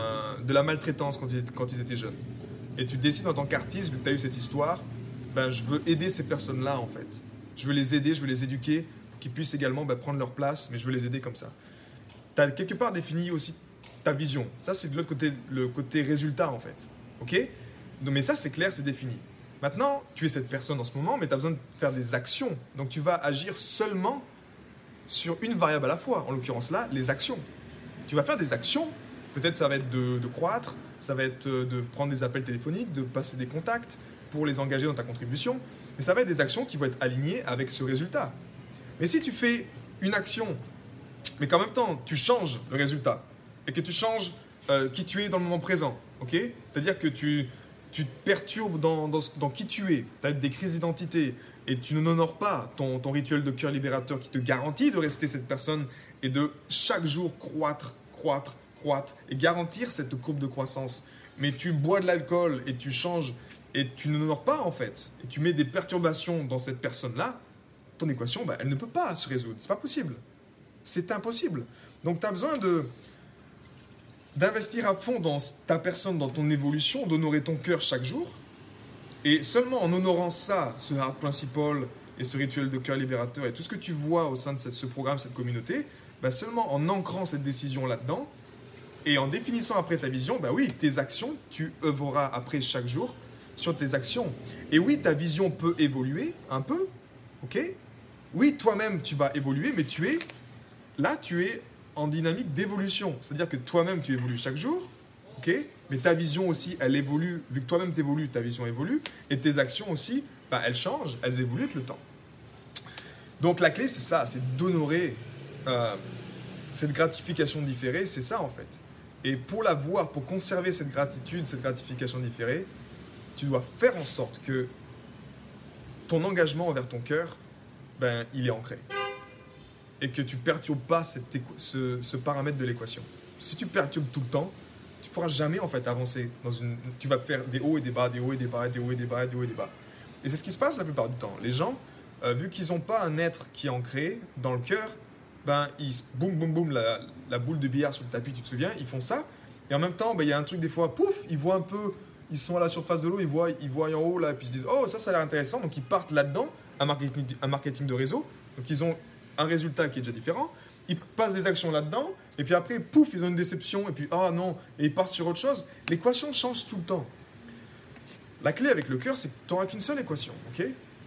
S2: de la maltraitance quand ils, quand ils étaient jeunes. Et tu décides en tant qu'artiste, vu que tu as eu cette histoire, ben, je veux aider ces personnes-là en fait. Je veux les aider, je veux les éduquer pour qu'ils puissent également ben, prendre leur place, mais je veux les aider comme ça. Tu as quelque part défini aussi ta vision. Ça, c'est de l'autre côté, le côté résultat en fait. Ok ? Donc, mais ça, c'est clair, c'est défini. Maintenant, tu es cette personne en ce moment, mais tu as besoin de faire des actions. Donc, tu vas agir seulement sur une variable à la fois. En l'occurrence là, les actions. Tu vas faire des actions. Peut-être ça va être de, de croître, ça va être de prendre des appels téléphoniques, de passer des contacts pour les engager dans ta contribution. Mais ça va être des actions qui vont être alignées avec ce résultat. Mais si tu fais une action, mais qu'en même temps, tu changes le résultat et que tu changes euh, qui tu es dans le moment présent, ok ? C'est-à-dire que tu... tu te perturbes dans, dans, dans qui tu es, tu as des crises d'identité et tu n'honores pas ton, ton rituel de cœur libérateur qui te garantit de rester cette personne et de chaque jour croître, croître, croître et garantir cette courbe de croissance. Mais tu bois de l'alcool et tu changes et tu n'honores pas en fait et tu mets des perturbations dans cette personne-là, ton équation, bah, elle ne peut pas se résoudre. C'est pas possible. C'est impossible. Donc tu as besoin de... d'investir à fond dans ta personne, dans ton évolution, d'honorer ton cœur chaque jour. Et seulement en honorant ça, ce Heart Principle et ce rituel de cœur libérateur et tout ce que tu vois au sein de cette, ce programme, cette communauté, bah seulement en ancrant cette décision là-dedans et en définissant après ta vision, bah oui, tes actions, tu œuvreras après chaque jour sur tes actions. Et oui, ta vision peut évoluer un peu, ok ? Oui, toi-même, tu vas évoluer, mais tu es, là, tu es en dynamique d'évolution. C'est-à-dire que toi-même, tu évolues chaque jour, ok ? Mais ta vision aussi, elle évolue. Vu que toi-même, tu évolues, ta vision évolue. Et tes actions aussi, bah, elles changent, elles évoluent avec le temps. Donc, la clé, c'est ça, c'est d'honorer euh, cette gratification différée. C'est ça, en fait. Et pour l'avoir, pour conserver cette gratitude, cette gratification différée, tu dois faire en sorte que ton engagement envers ton cœur, ben, il est ancré. Et que tu ne perturbes pas cette équ- ce, ce paramètre de l'équation. Si tu perturbes tout le temps, tu ne pourras jamais en fait avancer. Dans une, tu vas faire des hauts et des bas, des hauts et des bas, des hauts et des bas, des hauts et des bas. Et c'est ce qui se passe la plupart du temps. Les gens, euh, vu qu'ils n'ont pas un être qui est ancré dans le cœur, ben, ils boum, boum, boum, la, la boule de billard sur le tapis, tu te souviens, ils font ça. Et en même temps, ben, il y a un truc des fois, pouf, ils voient un peu, ils sont à la surface de l'eau, ils voient, ils voient en haut là, et puis ils se disent, oh, ça, ça a l'air intéressant. Donc ils partent là-dedans, un marketing, un marketing de réseau. Donc ils ont un résultat qui est déjà différent, ils passent des actions là-dedans, et puis après, pouf, ils ont une déception, et puis, ah non, et ils partent sur autre chose. L'équation change tout le temps. La clé avec le cœur, c'est que tu n'auras qu'une seule équation, ok ?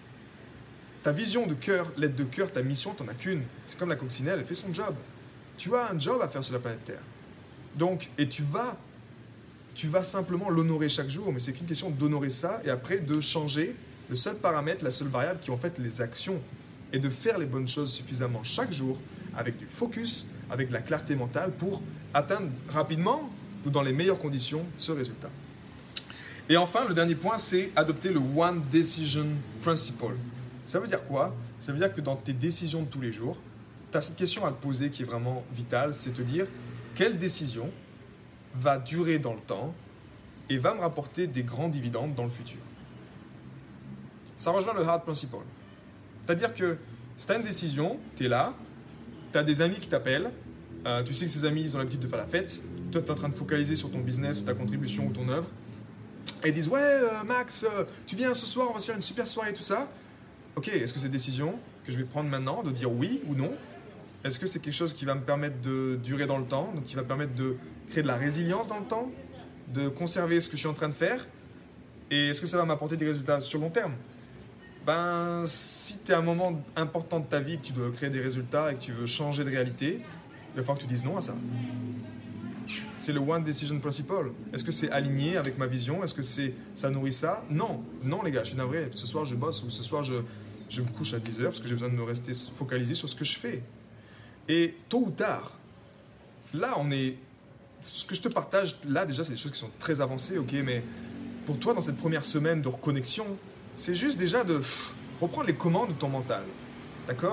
S2: Ta vision de cœur, l'aide de cœur, ta mission, tu n'en as qu'une. C'est comme la coccinelle, elle fait son job. Tu as un job à faire sur la planète Terre. Donc, et tu vas, tu vas simplement l'honorer chaque jour, mais c'est qu'une question d'honorer ça, et après de changer le seul paramètre, la seule variable qui est en fait les actions. Et de faire les bonnes choses suffisamment chaque jour, avec du focus, avec de la clarté mentale, pour atteindre rapidement, ou dans les meilleures conditions, ce résultat. Et enfin, le dernier point, c'est adopter le One Decision Principle. Ça veut dire quoi ? Ça veut dire que dans tes décisions de tous les jours, tu as cette question à te poser qui est vraiment vitale, c'est te dire, quelle décision va durer dans le temps et va me rapporter des grands dividendes dans le futur ? Ça rejoint le Heart Principle. C'est-à-dire que si tu as une décision, tu es là, tu as des amis qui t'appellent, euh, tu sais que ces amis, ils ont l'habitude de faire la fête, toi, tu es en train de focaliser sur ton business, ou ta contribution, ou ton œuvre, et ils disent « Ouais, euh, Max, euh, tu viens ce soir, on va se faire une super soirée, tout ça. » Ok, est-ce que c'est une décision que je vais prendre maintenant, de dire oui ou non ? Est-ce que c'est quelque chose qui va me permettre de durer dans le temps, donc qui va permettre de créer de la résilience dans le temps, de conserver ce que je suis en train de faire ? Et est-ce que ça va m'apporter des résultats sur le long terme ? Ben, si tu es à un moment important de ta vie, que tu dois créer des résultats et que tu veux changer de réalité, il va falloir que tu dises non à ça. C'est le One Decision Principle. Est-ce que c'est aligné avec ma vision ? Est-ce que c'est, ça nourrit ça ? Non. Non, les gars, je suis navré. Ce soir, je bosse ou ce soir, je, je me couche à dix heures parce que j'ai besoin de me rester focalisé sur ce que je fais. Et tôt ou tard, là, on est... Ce que je te partage, là, déjà, c'est des choses qui sont très avancées, ok ? Mais pour toi, dans cette première semaine de reconnexion, c'est juste déjà de pff, reprendre les commandes de ton mental, d'accord ?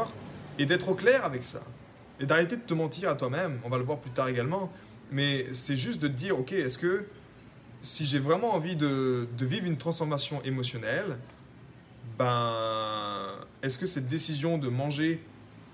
S2: Et d'être au clair avec ça. Et d'arrêter de te mentir à toi-même, on va le voir plus tard également, mais c'est juste de te dire, ok, est-ce que si j'ai vraiment envie de, de vivre une transformation émotionnelle, ben, est-ce que cette décision de manger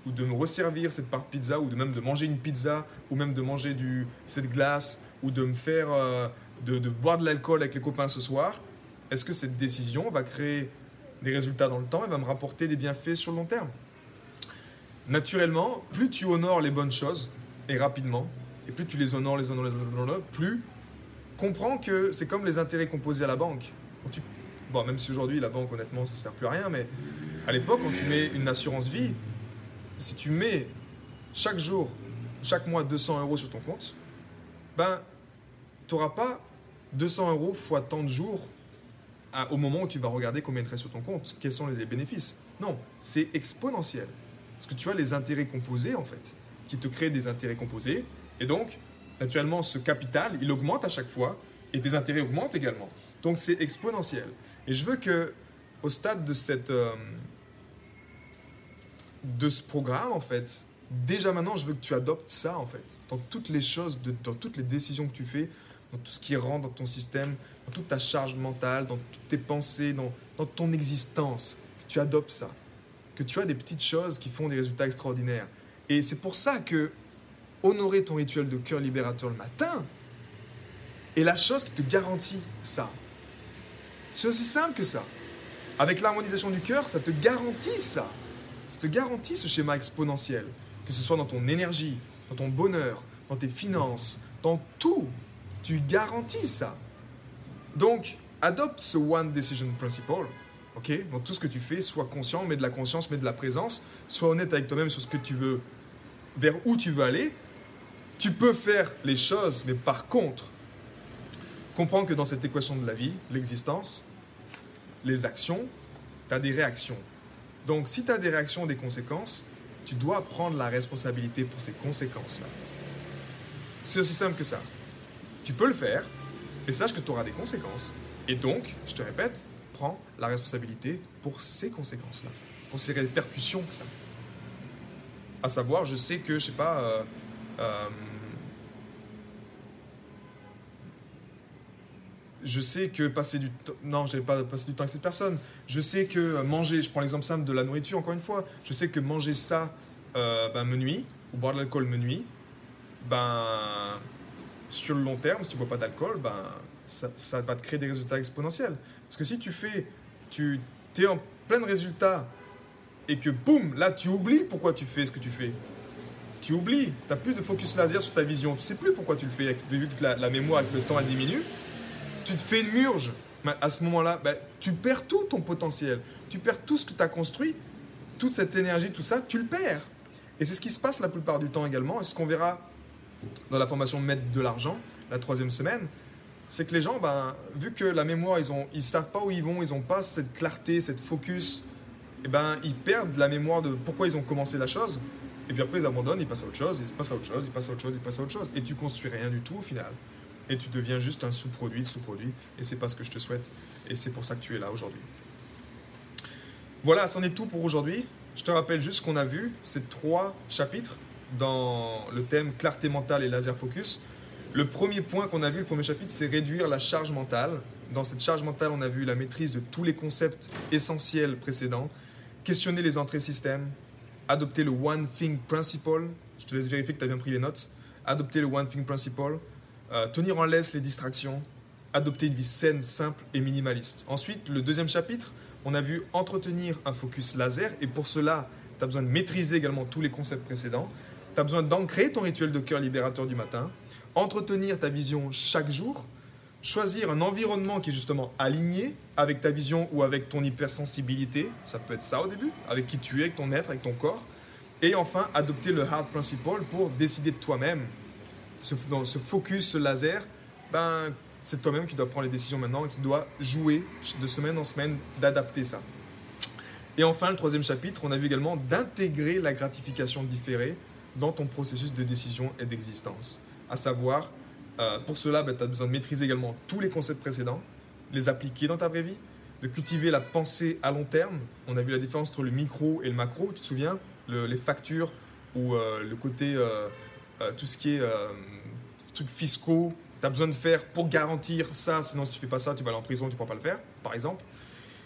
S2: ou de me resservir cette part de pizza, ou de même de manger une pizza, ou même de manger du, cette glace, ou de me faire, euh, de, de boire de l'alcool avec les copains ce soir, est-ce que cette décision va créer des résultats dans le temps et va me rapporter des bienfaits sur le long terme? Naturellement, plus tu honores les bonnes choses, et rapidement, et plus tu les honores, les honores, les honores, plus comprends que c'est comme les intérêts composés à la banque. Quand tu... Bon, même si aujourd'hui, la banque, honnêtement, ça ne sert plus à rien, mais à l'époque, quand tu mets une assurance vie, si tu mets chaque jour, chaque mois deux cents euros sur ton compte, ben, tu n'auras pas deux cents euros fois tant de jours à, au moment où tu vas regarder combien il te reste sur ton compte, quels sont les bénéfices. Non, c'est exponentiel. Parce que tu as les intérêts composés, en fait, qui te créent des intérêts composés. Et donc, naturellement, ce capital, il augmente à chaque fois et tes intérêts augmentent également. Donc, c'est exponentiel. Et je veux qu'au stade de, cette, euh, de ce programme, en fait, déjà maintenant, je veux que tu adoptes ça, en fait, dans toutes les choses, de, dans toutes les décisions que tu fais, dans tout ce qui rentre dans ton système, dans toute ta charge mentale, dans toutes tes pensées, dans, dans ton existence, que tu adoptes ça. Que tu as des petites choses qui font des résultats extraordinaires. Et c'est pour ça que honorer ton rituel de cœur libérateur le matin est la chose qui te garantit ça. C'est aussi simple que ça. Avec l'harmonisation du cœur, ça te garantit ça. Ça te garantit ce schéma exponentiel. Que ce soit dans ton énergie, dans ton bonheur, dans tes finances, dans tout. Tu garantis ça. Donc, adopte ce One Decision Principle. Okay? Dans tout ce que tu fais, sois conscient, mets de la conscience, mets de la présence, sois honnête avec toi-même sur ce que tu veux, vers où tu veux aller. Tu peux faire les choses, mais par contre, comprends que dans cette équation de la vie, l'existence, les actions, tu as des réactions. Donc, si tu as des réactions, des conséquences, tu dois prendre la responsabilité pour ces conséquences-là. C'est aussi simple que ça. Tu peux le faire, mais sache que tu auras des conséquences. Et donc, je te répète, prends la responsabilité pour ces conséquences-là, pour ces répercussions que ça a. À savoir, je sais que, je sais pas, euh, euh, je sais que passer du temps, non, je n'avais pas passé du temps avec cette personne. Je sais que manger, je prends l'exemple simple de la nourriture encore une fois, je sais que manger ça euh, ben, me nuit, ou boire de l'alcool me nuit, ben, sur le long terme, si tu ne bois pas d'alcool, ben, ça, ça va te créer des résultats exponentiels. Parce que si tu fais, tu es en plein de résultats et que boum, là tu oublies pourquoi tu fais ce que tu fais. Tu oublies, tu n'as plus de focus laser sur ta vision, tu ne sais plus pourquoi tu le fais, vu que la, la mémoire avec le temps elle diminue, tu te fais une murge. Mais à ce moment-là, ben, tu perds tout ton potentiel, tu perds tout ce que tu as construit, toute cette énergie, tout ça, tu le perds. Et c'est ce qui se passe la plupart du temps également, et ce qu'on verra dans la formation Mettre de l'argent, la troisième semaine, c'est que les gens, ben, vu que la mémoire, ils ne ils savent pas où ils vont, ils n'ont pas cette clarté, cette focus, et ben, ils perdent la mémoire de pourquoi ils ont commencé la chose. Et puis après, ils abandonnent, ils passent à autre chose, ils passent à autre chose, ils passent à autre chose, ils passent à autre chose. Et tu ne construis rien du tout au final. Et tu deviens juste un sous-produit de sous-produit. Et ce n'est pas ce que je te souhaite. Et c'est pour ça que tu es là aujourd'hui. Voilà, c'en est tout pour aujourd'hui. Je te rappelle juste qu'on a vu ces trois chapitres dans le thème clarté mentale et laser focus. Le premier point qu'on a vu, le premier chapitre, c'est réduire la charge mentale. Dans cette charge mentale, on a vu la maîtrise de tous les concepts essentiels précédents, questionner les entrées système, adopter le One Thing Principle. Je te laisse vérifier que tu as bien pris les notes. Adopter le One Thing Principle, euh, tenir en laisse les distractions, adopter une vie saine, simple et minimaliste. Ensuite, le deuxième chapitre, on a vu entretenir un focus laser. Et pour cela, tu as besoin de maîtriser également tous les concepts précédents. Tu as besoin d'ancrer ton rituel de cœur libérateur du matin, entretenir ta vision chaque jour, choisir un environnement qui est justement aligné avec ta vision ou avec ton hypersensibilité, ça peut être ça au début, avec qui tu es, avec ton être, avec ton corps, et enfin adopter le Heart Principle pour décider de toi-même. Ce, dans ce focus, ce laser, ben, c'est toi-même qui dois prendre les décisions maintenant et qui dois jouer de semaine en semaine d'adapter ça. Et enfin, le troisième chapitre, on a vu également d'intégrer la gratification différée dans ton processus de décision et d'existence. À savoir, euh, pour cela, ben, tu as besoin de maîtriser également tous les concepts précédents, les appliquer dans ta vraie vie, de cultiver la pensée à long terme. On a vu la différence entre le micro et le macro, tu te souviens, le, les factures ou euh, le côté, euh, euh, tout ce qui est euh, trucs fiscaux, tu as besoin de faire pour garantir ça, sinon si tu ne fais pas ça, tu vas aller en prison, tu ne pourras pas le faire, par exemple.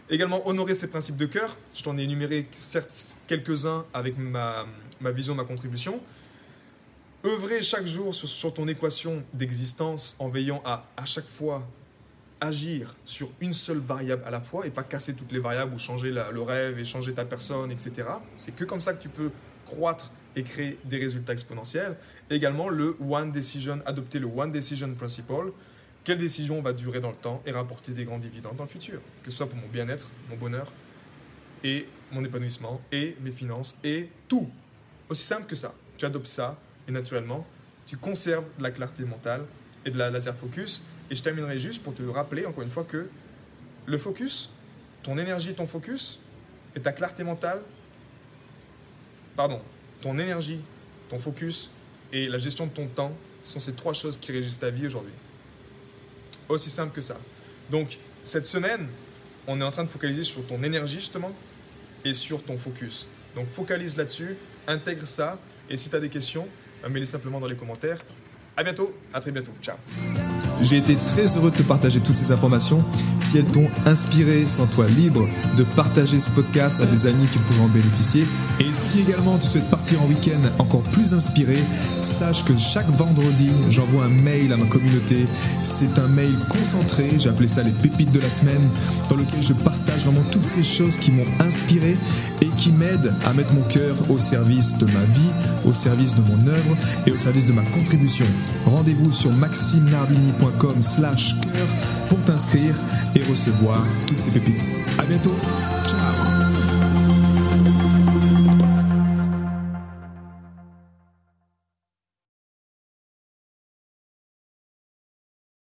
S2: Également, honorer ses principes de cœur. Je t'en ai énuméré certes quelques-uns avec ma, ma vision, ma contribution. Œuvrer chaque jour sur, sur ton équation d'existence en veillant à, à chaque fois, agir sur une seule variable à la fois et pas casser toutes les variables ou changer la, le rêve et changer ta personne, et cetera. C'est que comme ça que tu peux croître et créer des résultats exponentiels. Également, le One Decision, adopter le One Decision Principle. Quelle décision va durer dans le temps et rapporter des grands dividendes dans le futur, que ce soit pour mon bien-être, mon bonheur et mon épanouissement et mes finances et tout. Aussi simple que ça. Tu adoptes ça et naturellement, tu conserves de la clarté mentale et de la laser focus. Et je terminerai juste pour te rappeler encore une fois que le focus, ton énergie, ton focus et ta clarté mentale, pardon, ton énergie, ton focus et la gestion de ton temps sont ces trois choses qui régissent ta vie aujourd'hui. Aussi simple que ça. Donc, cette semaine, on est en train de focaliser sur ton énergie justement et sur ton focus. Donc, focalise là-dessus, intègre ça et si tu as des questions, mets-les simplement dans les commentaires. À bientôt, à très bientôt. Ciao.
S1: J'ai été très heureux de te partager toutes ces informations. Si elles t'ont inspiré, sens-toi libre de partager ce podcast à des amis qui pourraient en bénéficier. Et si également tu souhaites partir en week-end encore plus inspiré, sache que chaque vendredi, j'envoie un mail à ma communauté. C'est un mail concentré, j'ai appelé ça les pépites de la semaine, dans lequel je partage vraiment toutes ces choses qui m'ont inspiré et qui m'aident à mettre mon cœur au service de ma vie, au service de mon œuvre et au service de ma contribution. Rendez-vous sur maxime nardini point com slash cœur pour t'inscrire et recevoir toutes ces pépites. À bientôt. Ciao.